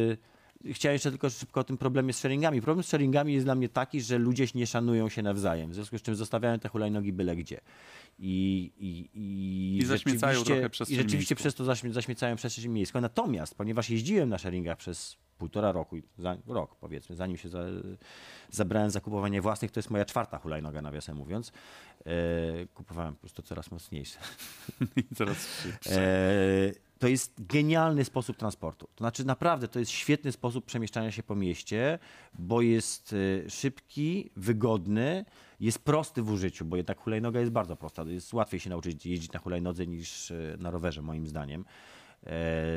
e, chciałem jeszcze tylko szybko o tym problemie z sharingami. Problem z sharingami jest dla mnie taki, że ludzie nie szanują się nawzajem, w związku z czym zostawiają te hulajnogi byle gdzie. I, i, i, I zaśmiecają rzeczywiście- trochę przestrzeń I rzeczywiście miejską. przez to zaśmie, zaśmiecają przestrzeń miejską. Natomiast, ponieważ jeździłem na sharingach przez półtora roku, za, rok powiedzmy, zanim się za, zabrałem za kupowanie własnych, to jest moja czwarta hulajnoga, nawiasem mówiąc. E, kupowałem po prostu coraz mocniejsze. I zaraz się... E, to jest genialny sposób transportu. To znaczy naprawdę to jest świetny sposób przemieszczania się po mieście, bo jest e, szybki, wygodny, jest prosty w użyciu, bo jednak hulajnoga jest bardzo prosta. Jest łatwiej się nauczyć jeździć na hulajnodze niż e, na rowerze, moim zdaniem. E,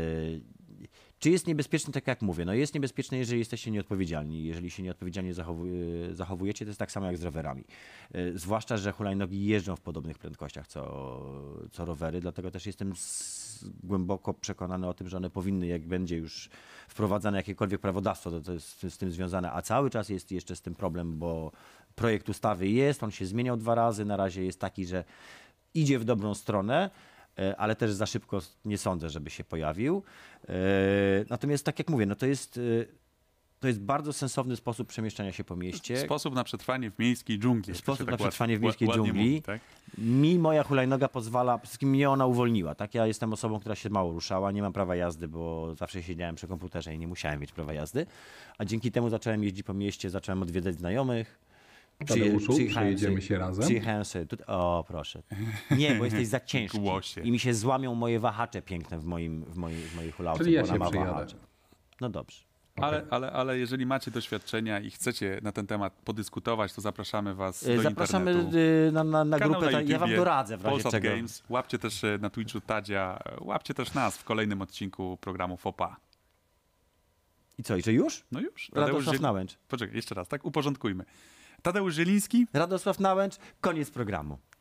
Czy jest niebezpieczny, tak jak mówię? No jest niebezpieczny, jeżeli jesteście nieodpowiedzialni. Jeżeli się nieodpowiedzialnie zachowuje, zachowujecie, to jest tak samo jak z rowerami. E, Zwłaszcza, że hulajnogi jeżdżą w podobnych prędkościach co, co rowery, dlatego też jestem s- głęboko przekonany o tym, że one powinny, jak będzie już wprowadzane jakiekolwiek prawodawstwo, to, to jest z tym związane, a cały czas jest jeszcze z tym problem, bo projekt ustawy jest, on się zmieniał dwa razy, na razie jest taki, że idzie w dobrą stronę, e, ale też za szybko nie sądzę, żeby się pojawił. E, Natomiast tak jak mówię, no to jest, e, to jest bardzo sensowny sposób przemieszczania się po mieście. Sposób na przetrwanie w miejskiej dżungli. jak to Sposób się na tak przetrwanie w ład- miejskiej ładnie dżungli. Mówi, tak? Mi moja hulajnoga pozwala, przede wszystkim mnie ona uwolniła. Tak? Ja jestem osobą, która się mało ruszała, nie mam prawa jazdy, bo zawsze siedziałem przy komputerze i nie musiałem mieć prawa jazdy. A dzięki temu zacząłem jeździć po mieście, zacząłem odwiedzać znajomych. Tadeuszu, przyjechałem przejedziemy sobie- się razem? Przyjechałem sobie tutaj. O, proszę. Nie, bo jesteś za ciężki. Głosie. I mi się złamią moje wahacze piękne w, moim, w, mojej, w mojej hulałce, Czyli ja bo ona się ma przyjadę. wahacze. No dobrze. Ale, ale, ale jeżeli macie doświadczenia i chcecie na ten temat podyskutować, to zapraszamy was E, do Zapraszamy internetu. e, na, na, na Kanał grupę. na ta- ja wam YouTubie, doradzę w razie Polsat czego. Games. Łapcie też e, na Twitchu Tadzia, e, łapcie też nas w kolejnym odcinku programu Fopa. I co, i że już? No już. Radosław Ziel- Nałęcz. Poczekaj, jeszcze raz, tak? Uporządkujmy. Tadeusz Zieliński. Radosław Nałęcz, koniec programu.